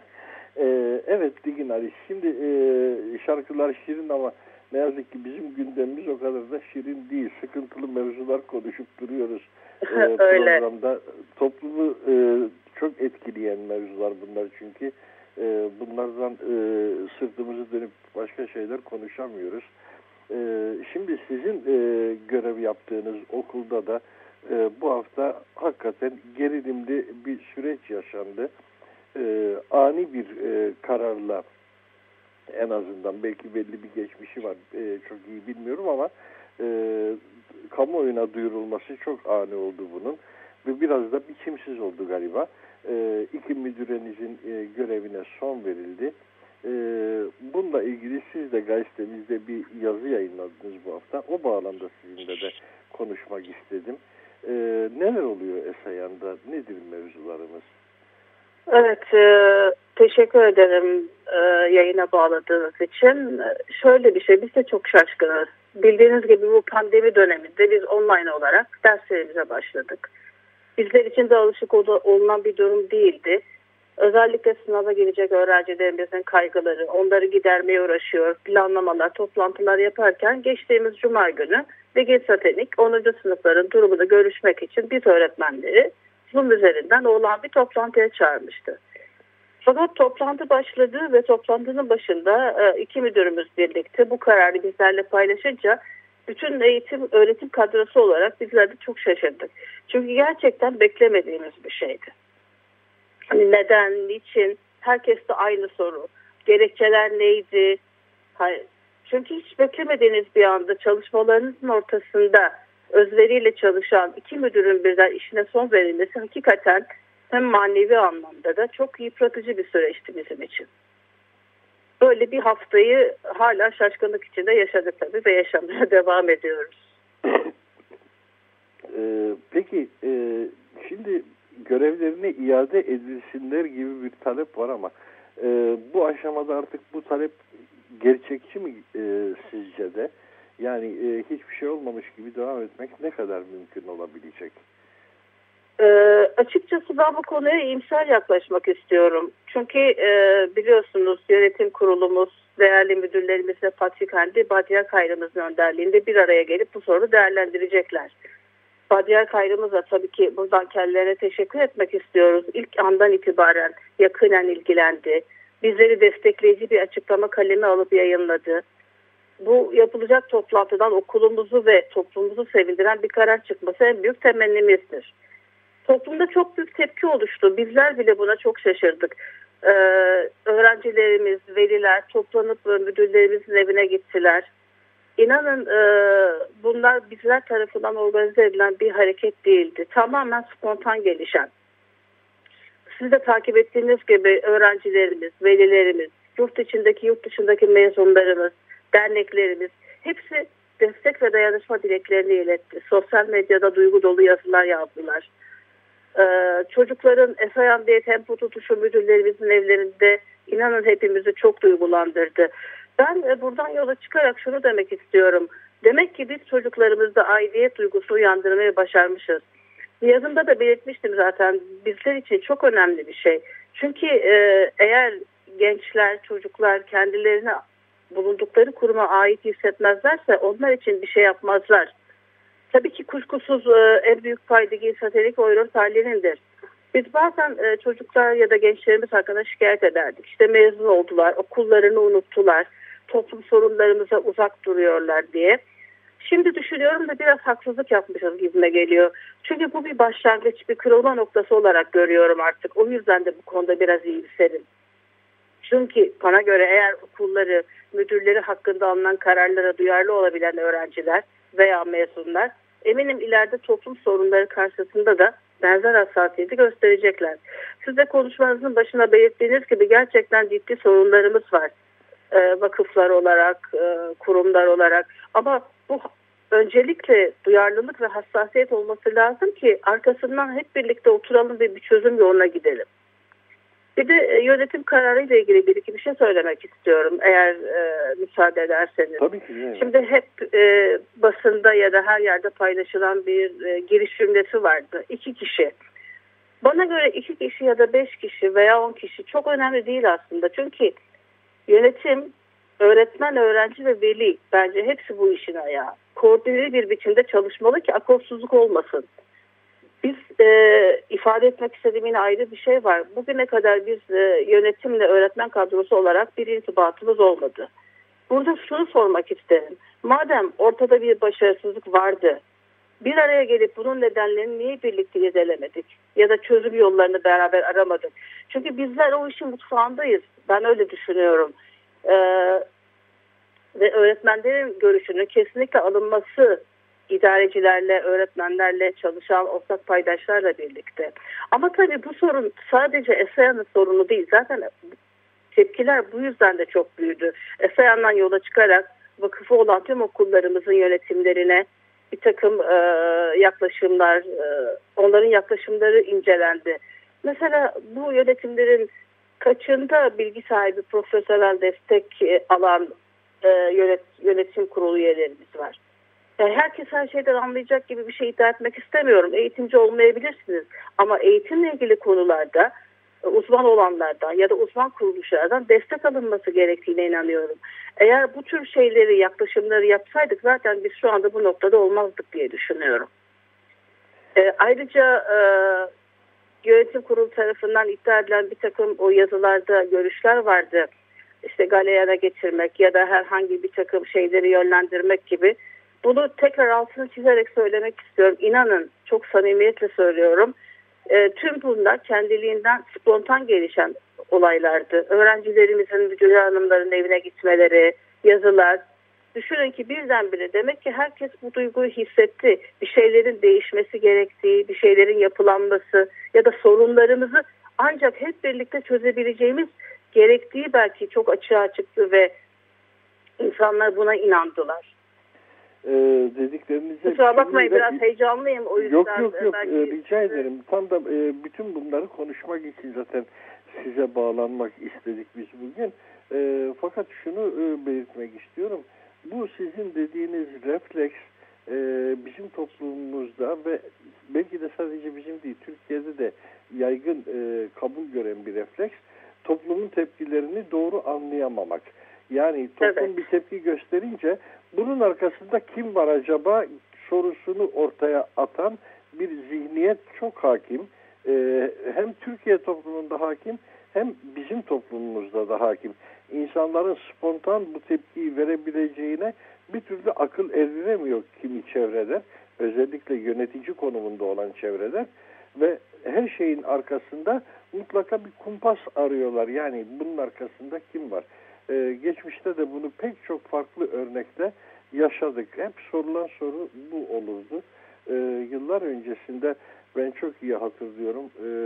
Evet Digin Alice. Şimdi şarkılar şirin ama ne yazık ki bizim gündemimiz o kadar da şirin değil. Sıkıntılı mevzular konuşup duruyoruz programda. Toplumu çok etkileyen mevzular bunlar çünkü. Bunlardan sırtımızı dönüp başka şeyler konuşamıyoruz. Şimdi sizin görev yaptığınız okulda da bu hafta hakikaten gerilimli bir süreç yaşandı. Ani bir kararla, en azından belki belli bir geçmişi var, çok iyi bilmiyorum ama kamuoyuna duyurulması çok ani oldu bunun ve biraz da biçimsiz oldu galiba. İki müdürenizin görevine son verildi. Bununla ilgili siz de gazetemizde bir yazı yayınladınız bu hafta. O bağlamda sizinle de konuşmak istedim. Neler oluyor Esayan'da? Nedir mevzularımız? Evet, teşekkür ederim yayına bağladığınız için. Şöyle bir şey, biz de çok şaşkınız. Bildiğiniz gibi bu pandemi döneminde biz online olarak derslerimize başladık. Bizler için de alışık olunan bir durum değildi. Özellikle sınava girecek öğrencilerimizin kaygıları, onları gidermeye uğraşıyor, planlamalar, toplantılar yaparken geçtiğimiz Cuma günü Begin Satenik 10. sınıfların durumunu görüşmek için biz öğretmenleri Zoom üzerinden olan bir toplantıya çağırmıştı. Fakat toplantı başladı ve toplantının başında iki müdürümüz birlikte bu kararı bizlerle paylaşınca bütün öğretim kadrosu olarak bizler de çok şaşırdık. Çünkü gerçekten beklemediğimiz bir şeydi. Hani neden, niçin? Herkeste aynı soru. Gerekçeler neydi? Hayır. Çünkü hiç beklemediğiniz bir anda çalışmalarınızın ortasında özveriyle çalışan iki müdürün birden işine son verilmesi hakikaten hem manevi anlamda da çok yıpratıcı bir süreçti bizim için. Böyle bir haftayı hala şaşkınlık içinde yaşadık tabii ve yaşamaya devam ediyoruz. Peki şimdi görevlerine iade edilsinler gibi bir talep var ama bu aşamada artık bu talep gerçekçi mi sizce de? Yani hiçbir şey olmamış gibi devam etmek ne kadar mümkün olabilecek? Açıkçası ben bu konuya iyimser yaklaşmak istiyorum. Çünkü biliyorsunuz yönetim kurulumuz, değerli müdürlerimizle Patrikhandi Bahtiyar Kayrımızın önderliğinde bir araya gelip bu sorunu değerlendirecekler. Bahtiyar Kayrımız'a tabii ki buradan kendilerine teşekkür etmek istiyoruz. İlk andan itibaren yakinen ilgilendi. Bizleri destekleyici bir açıklama kalemi alıp yayınladı. Bu yapılacak toplantıdan okulumuzu ve toplumumuzu sevindiren bir karar çıkması en büyük temennimizdir. Toplumda çok büyük tepki oluştu. Bizler bile buna çok şaşırdık. Öğrencilerimiz, veliler toplanıp müdürlerimizin evine gittiler. İnanın bunlar bizler tarafından organize edilen bir hareket değildi. Tamamen spontan gelişen. Siz de takip ettiğiniz gibi öğrencilerimiz, velilerimiz, yurt içindeki, yurt dışındaki mezunlarımız, derneklerimiz hepsi destek ve dayanışma dileklerini iletti. Sosyal medyada duygu dolu yazılar yazdılar. Çocukların Esayan diye tempo tutuşu müdürlerimizin evlerinde inanın hepimizi çok duygulandırdı. Ben buradan yola çıkarak şunu demek istiyorum. Demek ki biz çocuklarımızda aidiyet duygusu uyandırmayı başarmışız. Yazımda da belirtmiştim zaten, bizler için çok önemli bir şey. Çünkü eğer gençler, çocuklar kendilerine bulundukları kuruma ait hissetmezlerse onlar için bir şey yapmazlar. Tabii ki kuşkusuz en büyük pay Begin Satenik Oyron Talli'nindir. Biz bazen çocuklar ya da gençlerimiz hakkında şikayet ederdik. İşte mezun oldular, okullarını unuttular, toplum sorunlarımıza uzak duruyorlar diye. Şimdi düşünüyorum da biraz haksızlık yapmışız gibime geliyor. Çünkü bu bir başlangıç, bir kırılma noktası olarak görüyorum artık. O yüzden de bu konuda biraz iyimserim. Çünkü bana göre eğer okulları, müdürleri hakkında alınan kararlara duyarlı olabilen öğrenciler veya mezunlar, eminim ileride toplum sorunları karşısında da benzer hassasiyeti gösterecekler. Siz de konuşmanızın başına belirttiğiniz gibi gerçekten ciddi sorunlarımız var. Vakıflar olarak, kurumlar olarak. Ama bu öncelikle duyarlılık ve hassasiyet olması lazım ki arkasından hep birlikte oturalım ve bir çözüm yoluna gidelim. Bir de yönetim kararı ile ilgili bir iki bir şey söylemek istiyorum eğer müsaade ederseniz. Tabii ki. Evet. Şimdi hep basında ya da her yerde paylaşılan bir giriş cümlesi vardı. 2 kişi. Bana göre 2 kişi ya da 5 kişi veya 10 kişi çok önemli değil aslında. Çünkü yönetim, öğretmen, öğrenci ve veli bence hepsi bu işin ayağı. Koordineli bir biçimde çalışmalı ki akorsuzluk olmasın. Biz ifade etmek istediğim yine ayrı bir şey var. Bugüne kadar biz yönetimle öğretmen kadrosu olarak bir irtibatımız olmadı. Burada şunu sormak isterim. Madem ortada bir başarısızlık vardı, bir araya gelip bunun nedenlerini niye birlikte irdelemedik? Ya da çözüm yollarını beraber aramadık? Çünkü bizler o işin mutfağındayız. Ben öyle düşünüyorum. Ve öğretmenlerin görüşünün kesinlikle alınması idarecilerle, öğretmenlerle, çalışan ortak paydaşlarla birlikte. Ama tabii bu sorun sadece ESEA'nın sorunu değil. Zaten tepkiler bu yüzden de çok büyüdü. ESEA'dan yola çıkarak vakıfı olan tüm okullarımızın yönetimlerine bir takım yaklaşımlar, onların yaklaşımları incelendi. Mesela bu yönetimlerin kaçında bilgi sahibi profesyonel destek alan yönetim kurulu üyelerimiz var. Yani herkes her şeyden anlayacak gibi bir şey iddia etmek istemiyorum. Eğitimci olmayabilirsiniz. Ama eğitimle ilgili konularda uzman olanlardan ya da uzman kuruluşlardan destek alınması gerektiğine inanıyorum. Eğer bu tür şeyleri, yaklaşımları yapsaydık zaten biz şu anda bu noktada olmazdık diye düşünüyorum. Ayrıca yönetim kurulu tarafından iddia edilen bir takım o yazılarda görüşler vardı. İşte galeyana getirmek ya da herhangi bir takım şeyleri yönlendirmek gibi. Bunu tekrar altını çizerek söylemek istiyorum. İnanın çok samimiyetle söylüyorum. Tüm bunlar kendiliğinden spontan gelişen olaylardı. Öğrencilerimizin müdür hanımların evine gitmeleri, yazılar. Düşünün ki birdenbire demek ki herkes bu duyguyu hissetti. Bir şeylerin değişmesi gerektiği, bir şeylerin yapılanması ya da sorunlarımızı ancak hep birlikte çözebileceğimiz gerektiği belki çok açığa çıktı ve insanlar buna inandılar. Dediklerinize kusura bakmayın biraz heyecanlıyım o yüzden. Yok rica ederim. Tam da bütün bunları konuşmak için zaten size bağlanmak istedik biz bugün. Fakat şunu belirtmek istiyorum. Bu sizin dediğiniz refleks bizim toplumumuzda ve belki de sadece bizim değil Türkiye'de de yaygın kabul gören bir refleks. Toplumun tepkilerini doğru anlayamamak. Yani toplum bir tepki gösterince bunun arkasında kim var acaba sorusunu ortaya atan bir zihniyet çok hakim. Hem Türkiye toplumunda hakim hem bizim toplumumuzda da hakim. İnsanların spontan bu tepkiyi verebileceğine bir türlü akıl erdiremiyor kimi çevreler. Özellikle yönetici konumunda olan çevreler ve her şeyin arkasında mutlaka bir kumpas arıyorlar. Yani bunun arkasında kim var? Geçmişte de bunu pek çok farklı örnekte yaşadık. Hep sorulan soru bu olurdu. Yıllar öncesinde ben çok iyi hatırlıyorum.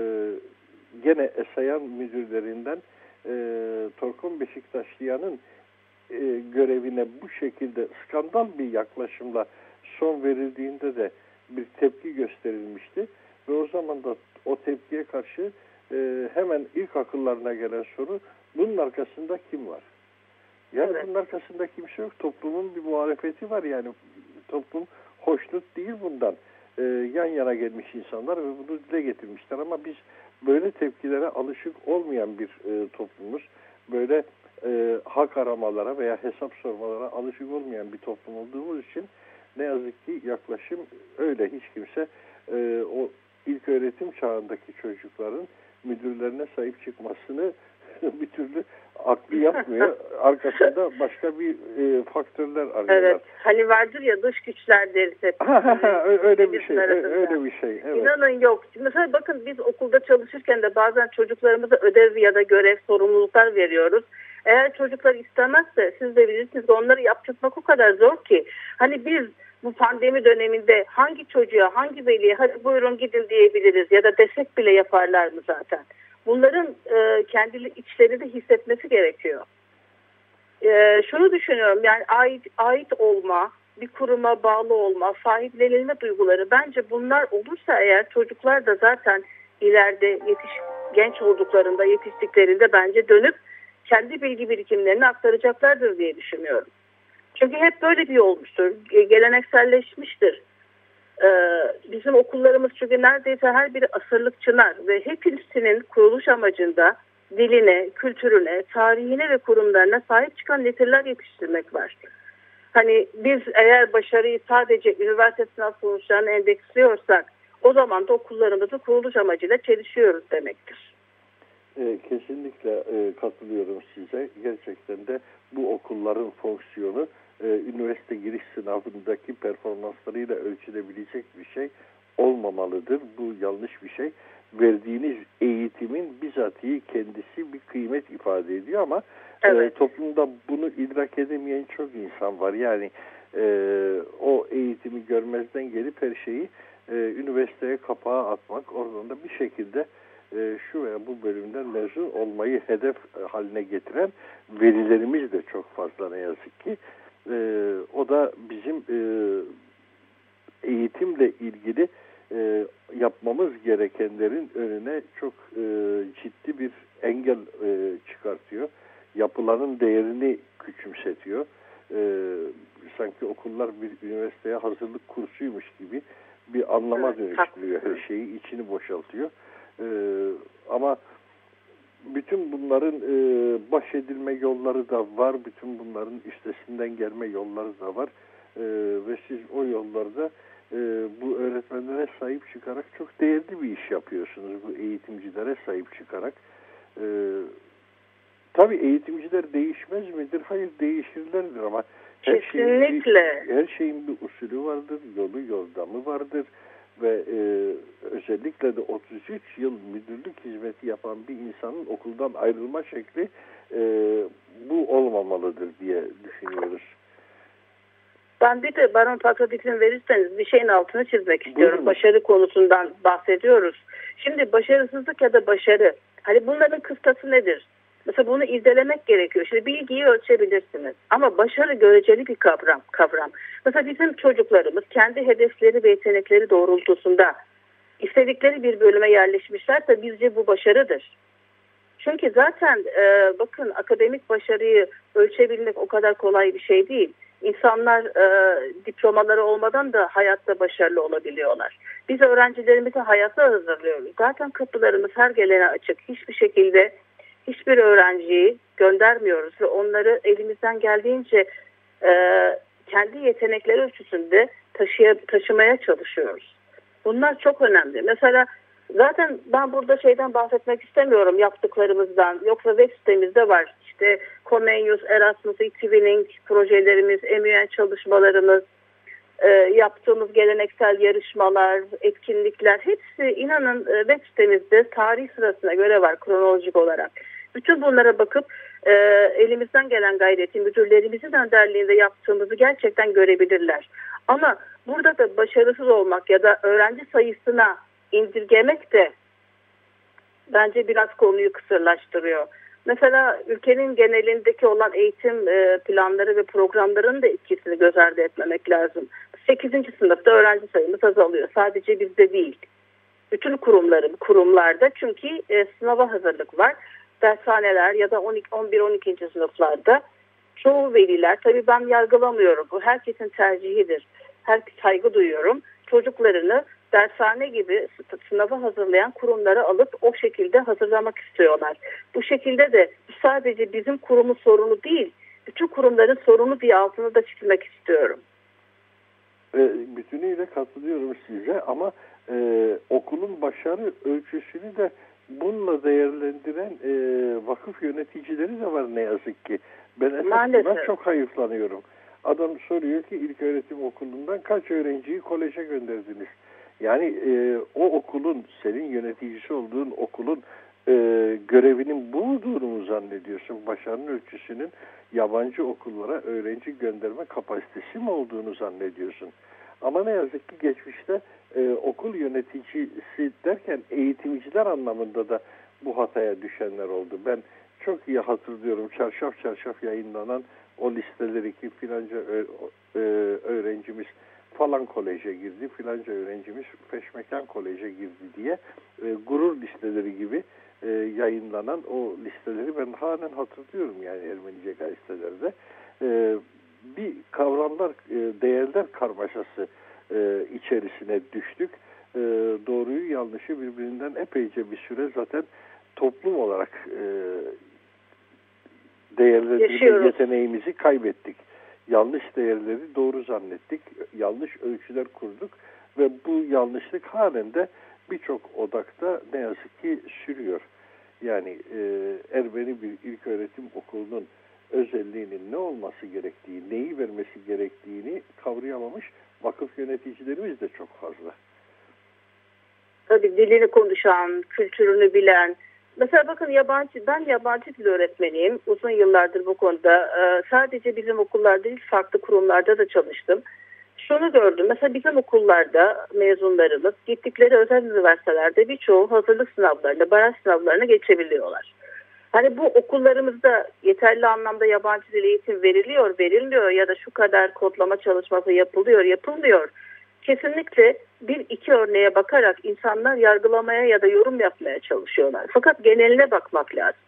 Gene ESEAN müdürlerinden Torkun Beşiktaşlıyan'ın görevine bu şekilde skandal bir yaklaşımla son verildiğinde de bir tepki gösterilmişti. Ve o zaman da o tepkiye karşı hemen ilk akıllarına gelen soru bunun arkasında kim var? Yani bunun arkasında kimse yok. Toplumun bir muhalefeti var yani. Toplum hoşnut değil bundan. Yan yana gelmiş insanlar ve bunu dile getirmişler. Ama biz böyle tepkilere alışık olmayan bir toplumuz. Böyle hak aramalara veya hesap sormalara alışık olmayan bir toplum olduğumuz için ne yazık ki yaklaşım öyle. Hiç kimse o ilköğretim çağındaki çocukların müdürlerine sahip çıkmasını bir türlü aklı yapmıyor. Arkasında başka bir faktörler arıyorlar. Evet. Hani vardır ya dış güçler deriz hep. Öyle bir şey. Öyle bir şey. Evet. İnanın yok. Mesela bakın biz okulda çalışırken de bazen çocuklarımıza ödev ya da görev, sorumluluklar veriyoruz. Eğer çocuklar istemezse siz de bilirsiniz onları yaptırmak o kadar zor ki. Hani biz bu pandemi döneminde hangi çocuğa, hangi veliye hadi buyurun gidin diyebiliriz ya da desek bile yaparlar mı zaten? Bunların kendi içleri de hissetmesi gerekiyor. Şunu düşünüyorum, yani ait olma, bir kuruma bağlı olma, sahiplenilme duyguları, bence bunlar olursa eğer çocuklar da zaten ileride genç olduklarında, yetiştiklerinde bence dönüp kendi bilgi birikimlerini aktaracaklardır diye düşünüyorum. Çünkü hep böyle bir olmuştur, gelenekselleşmiştir. Bizim okullarımız çünkü neredeyse her biri asırlık çınar ve hepsinin kuruluş amacında diline, kültürüne, tarihine ve kurumlarına sahip çıkan nesiller yetiştirmek var. Hani biz eğer başarıyı sadece üniversite sınav sonuçlarını endeksliyorsak o zaman da okullarımızın kuruluş amacıyla çelişiyoruz demektir. Kesinlikle katılıyorum size. Gerçekten de bu okulların fonksiyonu üniversite giriş sınavındaki performanslarıyla ölçülebilecek bir şey olmamalıdır. Bu yanlış bir şey. Verdiğiniz eğitimin bizatihi kendisi bir kıymet ifade ediyor ama evet, toplumda bunu idrak edemeyen çok insan var. Yani o eğitimi görmezden gelip her şeyi üniversiteye kapağa atmak, oradan da bir şekilde şu veya bu bölümden mezun olmayı hedef haline getiren velilerimiz de çok fazla ne yazık ki. O da bizim eğitimle ilgili yapmamız gerekenlerin önüne çok ciddi bir engel çıkartıyor. Yapılanın değerini küçümsetiyor. Sanki okullar bir üniversiteye hazırlık kursuymuş gibi bir anlama dönüştürüyor her şeyi, içini boşaltıyor. Ama bütün bunların baş edilme yolları da var, bütün bunların üstesinden gelme yolları da var ve siz o yollarda bu öğretmenlere sahip çıkarak çok değerli bir iş yapıyorsunuz, bu eğitimcilere sahip çıkarak. Tabii eğitimciler değişmez midir? Hayır, değişirlerdir ama her şeyin bir usulü vardır, yolu yordamı vardır ve özellikle de 33 yıl müdürlük hizmeti yapan bir insanın okuldan ayrılma şekli bu olmamalıdır diye düşünüyoruz. Ben bir de Baron Pakrat izin verirseniz bir şeyin altını çizmek istiyorum. Buyurun. Başarı konusundan bahsediyoruz. Şimdi başarısızlık ya da başarı, hani bunların kıstası nedir? Mesela bunu irdelemek gerekiyor. Şimdi bilgiyi ölçebilirsiniz ama başarı göreceli bir kavram. Mesela bizim çocuklarımız kendi hedefleri ve yetenekleri doğrultusunda istedikleri bir bölüme yerleşmişlerse bizce bu başarıdır. Çünkü zaten bakın, akademik başarıyı ölçebilmek o kadar kolay bir şey değil. İnsanlar diplomaları olmadan da hayatta başarılı olabiliyorlar. Biz öğrencilerimizi hayata hazırlıyoruz. Zaten kapılarımız her gelene açık. Hiçbir şekilde hiçbir öğrenciyi göndermiyoruz ve onları elimizden geldiğince kendi yetenekleri ölçüsünde taşımaya çalışıyoruz. Bunlar çok önemli. Mesela zaten ben burada şeyden bahsetmek istemiyorum, yaptıklarımızdan. Yoksa web sitemizde var. İşte Comenius, Erasmus, eTwinning projelerimiz, MUN çalışmalarımız, yaptığımız geleneksel yarışmalar, etkinlikler, hepsi inanın web sitemizde tarih sırasına göre var, kronolojik olarak. Bütün bunlara bakıp elimizden gelen gayreti müdürlerimizin önderliğinde yaptığımızı gerçekten görebilirler. Ama burada da başarısız olmak ya da öğrenci sayısına indirgemek de bence biraz konuyu kısırlaştırıyor. Mesela ülkenin genelindeki olan eğitim planları ve programlarının da etkisini göz ardı etmemek lazım. 8. sınıfta öğrenci sayımız azalıyor. Sadece bizde değil. Bütün kurumlarda, çünkü sınava hazırlık var. Dershaneler ya da 11-12. sınıflarda çoğu veliler, tabii ben yargılamıyorum, bu herkesin tercihidir. Saygı duyuyorum. Çocuklarını dershane gibi sınava hazırlayan kurumlara alıp o şekilde hazırlamak istiyorlar. Bu şekilde de sadece bizim kurumun sorunu değil, bütün kurumların sorunu diye altını da çizmek istiyorum. Bütünüyle katılıyorum size ama okulun başarı ölçüsünü de bununla değerlendiren vakıf yöneticileri de var ne yazık ki. Ben esasında çok hayıflanıyorum. Adam soruyor ki ilköğretim okulundan kaç öğrenciyi koleje gönderdiniz? Yani o okulun, senin yöneticisi olduğun okulun görevinin bu olduğunu zannediyorsun? Başarının ölçüsünün yabancı okullara öğrenci gönderme kapasitesi mi olduğunu zannediyorsun? Ama ne yazık ki geçmişte okul yöneticisi derken eğitimciler anlamında da bu hataya düşenler oldu. Ben çok iyi hatırlıyorum çarşaf çarşaf yayınlanan o listeleri ki filanca öğrencimiz falan koleje girdi, filanca öğrencimiz Peşmekan koleje girdi diye gurur listeleri gibi yayınlanan o listeleri ben halen hatırlıyorum yani Ermenice gazetelerde. Bir kavramlar, değerler karmaşası içerisine düştük. Doğruyu yanlışı birbirinden epeyce bir süre zaten toplum olarak değerlendirme yeteneğimizi kaybettik. Yanlış değerleri doğru zannettik. Yanlış ölçüler kurduk ve bu yanlışlık halen de birçok odakta ne yazık ki sürüyor. Yani Ermeni bir ilköğretim okulunun özelliğinin ne olması gerektiği, neyi vermesi gerektiğini kavrayamamış vakıf yöneticilerimiz de çok fazla. Tabii dilini konuşan, kültürünü bilen. Mesela bakın ben yabancı dil öğretmeniyim. Uzun yıllardır bu konuda. Sadece bizim okullarda değil, farklı kurumlarda da çalıştım. Şunu gördüm. Mesela bizim okullarda mezunlarımız gittikleri özel üniversitelerde birçoğu hazırlık sınavlarına, baraj sınavlarına geçebiliyorlar. Hani bu okullarımızda yeterli anlamda yabancı dil eğitim verilmiyor ya da şu kadar kodlama çalışması yapılmıyor. Kesinlikle bir iki örneğe bakarak insanlar yargılamaya ya da yorum yapmaya çalışıyorlar. Fakat geneline bakmak lazım.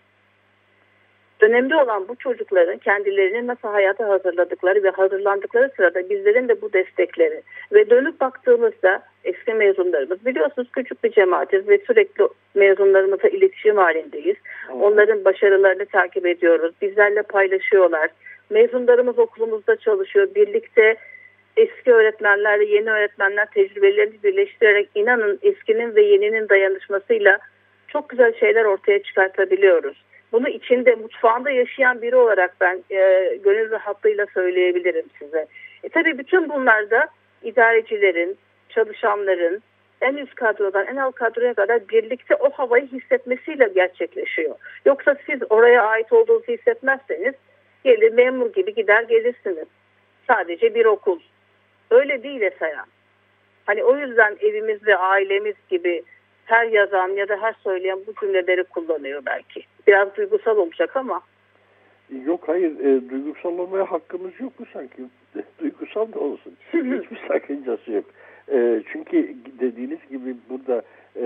Önemli olan bu çocukların kendilerini nasıl hayata hazırladıkları ve hazırlandıkları sırada bizlerin de bu destekleri ve dönüp baktığımızda eski mezunlarımız biliyorsunuz küçük bir cemaatiz ve sürekli mezunlarımızla iletişim halindeyiz. Onların başarılarını takip ediyoruz. Bizlerle paylaşıyorlar. Mezunlarımız okulumuzda çalışıyor. Birlikte eski öğretmenlerle yeni öğretmenler tecrübelerini birleştirerek inanın eskinin ve yeninin dayanışmasıyla çok güzel şeyler ortaya çıkartabiliyoruz. Bunu içinde, mutfağında yaşayan biri olarak ben gönül rahatlığıyla söyleyebilirim size. Tabii bütün bunlarda idarecilerin, çalışanların en üst kadrodan en alt kadroya kadar birlikte o havayı hissetmesiyle gerçekleşiyor. Yoksa siz oraya ait olduğunuzu hissetmezseniz gelir memur gibi gider gelirsiniz. Sadece bir okul. Öyle değil Esayan. Hani o yüzden evimiz ve ailemiz gibi her yazan ya da her söyleyen bu cümleleri kullanıyor belki. Biraz duygusal olacak ama. Yok hayır duygusal olmaya hakkımız yok mu sanki? Duygusal da olsun. Hiçbir sakıncası yok. Çünkü dediğiniz gibi burada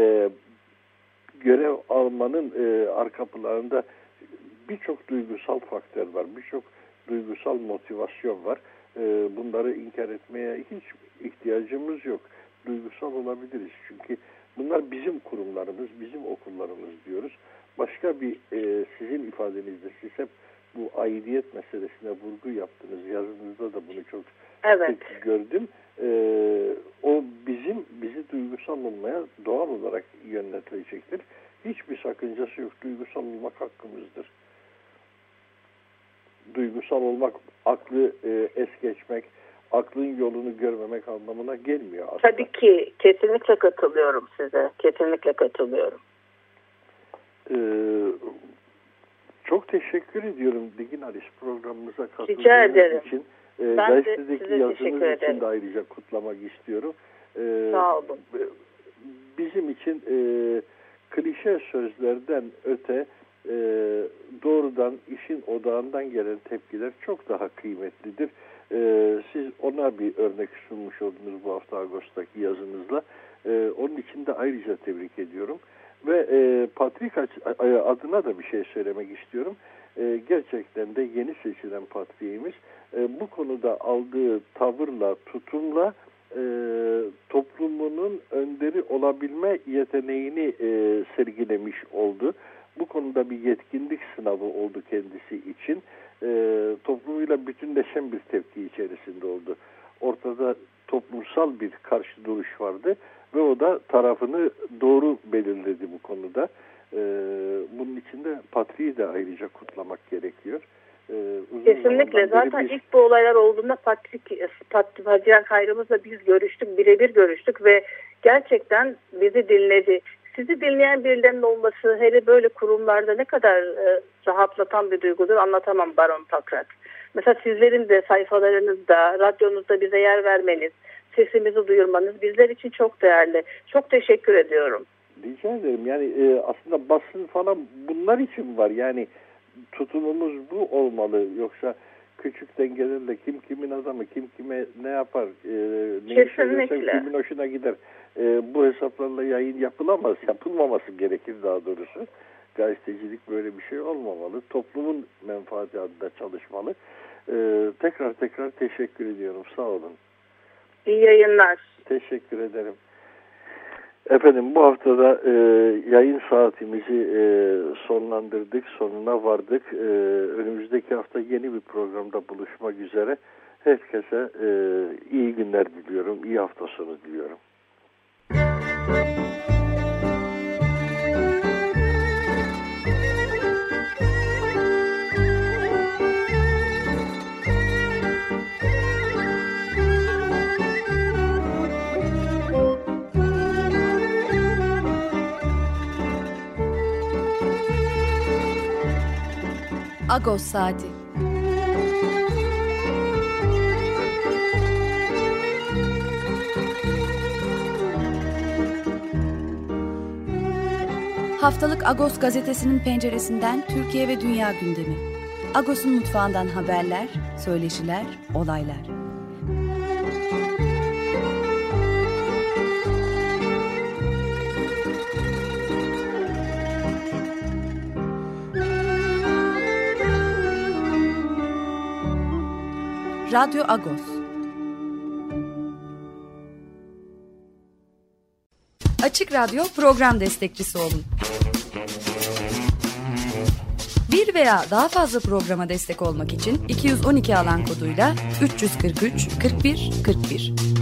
görev almanın arka planında birçok duygusal faktör var. Birçok duygusal motivasyon var. Bunları inkar etmeye hiç ihtiyacımız yok. Duygusal olabiliriz. Çünkü bunlar bizim kurumlarımız, bizim okullarımız diyoruz. Başka bir sizin ifadenizde siz hep bu aidiyet meselesine vurgu yaptınız. Yazınızda da bunu çok sık gördüm. O bizi duygusal olmaya doğal olarak yönetilecektir. Hiçbir sakıncası yok. Duygusal olmak hakkımızdır. Duygusal olmak, aklı es geçmek, aklın yolunu görmemek anlamına gelmiyor aslında. Tabii ki. Kesinlikle katılıyorum size. Kesinlikle katılıyorum. Çok teşekkür ediyorum Digin Aris programımıza katıldığınız için. Gazetedeki yazınız için de ayrıca kutlamak istiyorum. Sağ olun. Bizim için klişe sözlerden öte doğrudan işin odağından gelen tepkiler çok daha kıymetlidir. Siz ona bir örnek sunmuş oldunuz bu hafta Ağustos'taki yazınızla. Onun için de ayrıca tebrik ediyorum. Ve Patrik adına da bir şey söylemek istiyorum. Gerçekten de yeni seçilen patriğimiz bu konuda aldığı tavırla, tutumla toplumunun önderi olabilme yeteneğini sergilemiş oldu. Bu konuda bir yetkinlik sınavı oldu kendisi için. Toplumuyla bütünleşen bir tepki içerisinde oldu. Ortada toplumsal bir karşı duruş vardı ve o da tarafını doğru belirledi bu konuda. Bunun için de Patriği de ayrıca kutlamak gerekiyor. Kesinlikle. Zaten ilk bu olaylar olduğunda Patriark Hayrımızla biz görüştük, birebir görüştük ve gerçekten bizi dinledi. sizi dinleyen birilerinin olması hele böyle kurumlarda ne kadar rahatlatan bir duygudur anlatamam Baron Pakrat. Mesela sizlerin de sayfalarınızda, radyonuzda bize yer vermeniz, sesimizi duyurmanız bizler için çok değerli. Çok teşekkür ediyorum. Rica ederim. Yani aslında basın falan bunlar için var. Yani tutumumuz bu olmalı. Yoksa küçük dengelerle kim kimin adamı, kim kime ne yapar, neyi söylersem kimin hoşuna gider. Bu hesaplarla yayın yapılamaz. Yapılmaması gerekir daha doğrusu. Gazetecilik böyle bir şey olmamalı. Toplumun menfaati adına çalışmalı. Tekrar teşekkür ediyorum. Sağ olun. İyi yayınlar. Teşekkür ederim. Efendim bu haftada yayın saatimizi sonlandırdık, sonuna vardık. Önümüzdeki hafta yeni bir programda buluşmak üzere. Herkese iyi günler diliyorum, iyi hafta sonu diliyorum. Agos Saati. Haftalık Agos gazetesinin penceresinden Türkiye ve dünya gündemi. Agos'un mutfağından haberler, söyleşiler, olaylar. Radyo Agos. Açık Radyo program destekçisi olun. Bir veya daha fazla programa destek olmak için 212 alan koduyla 343 41 41.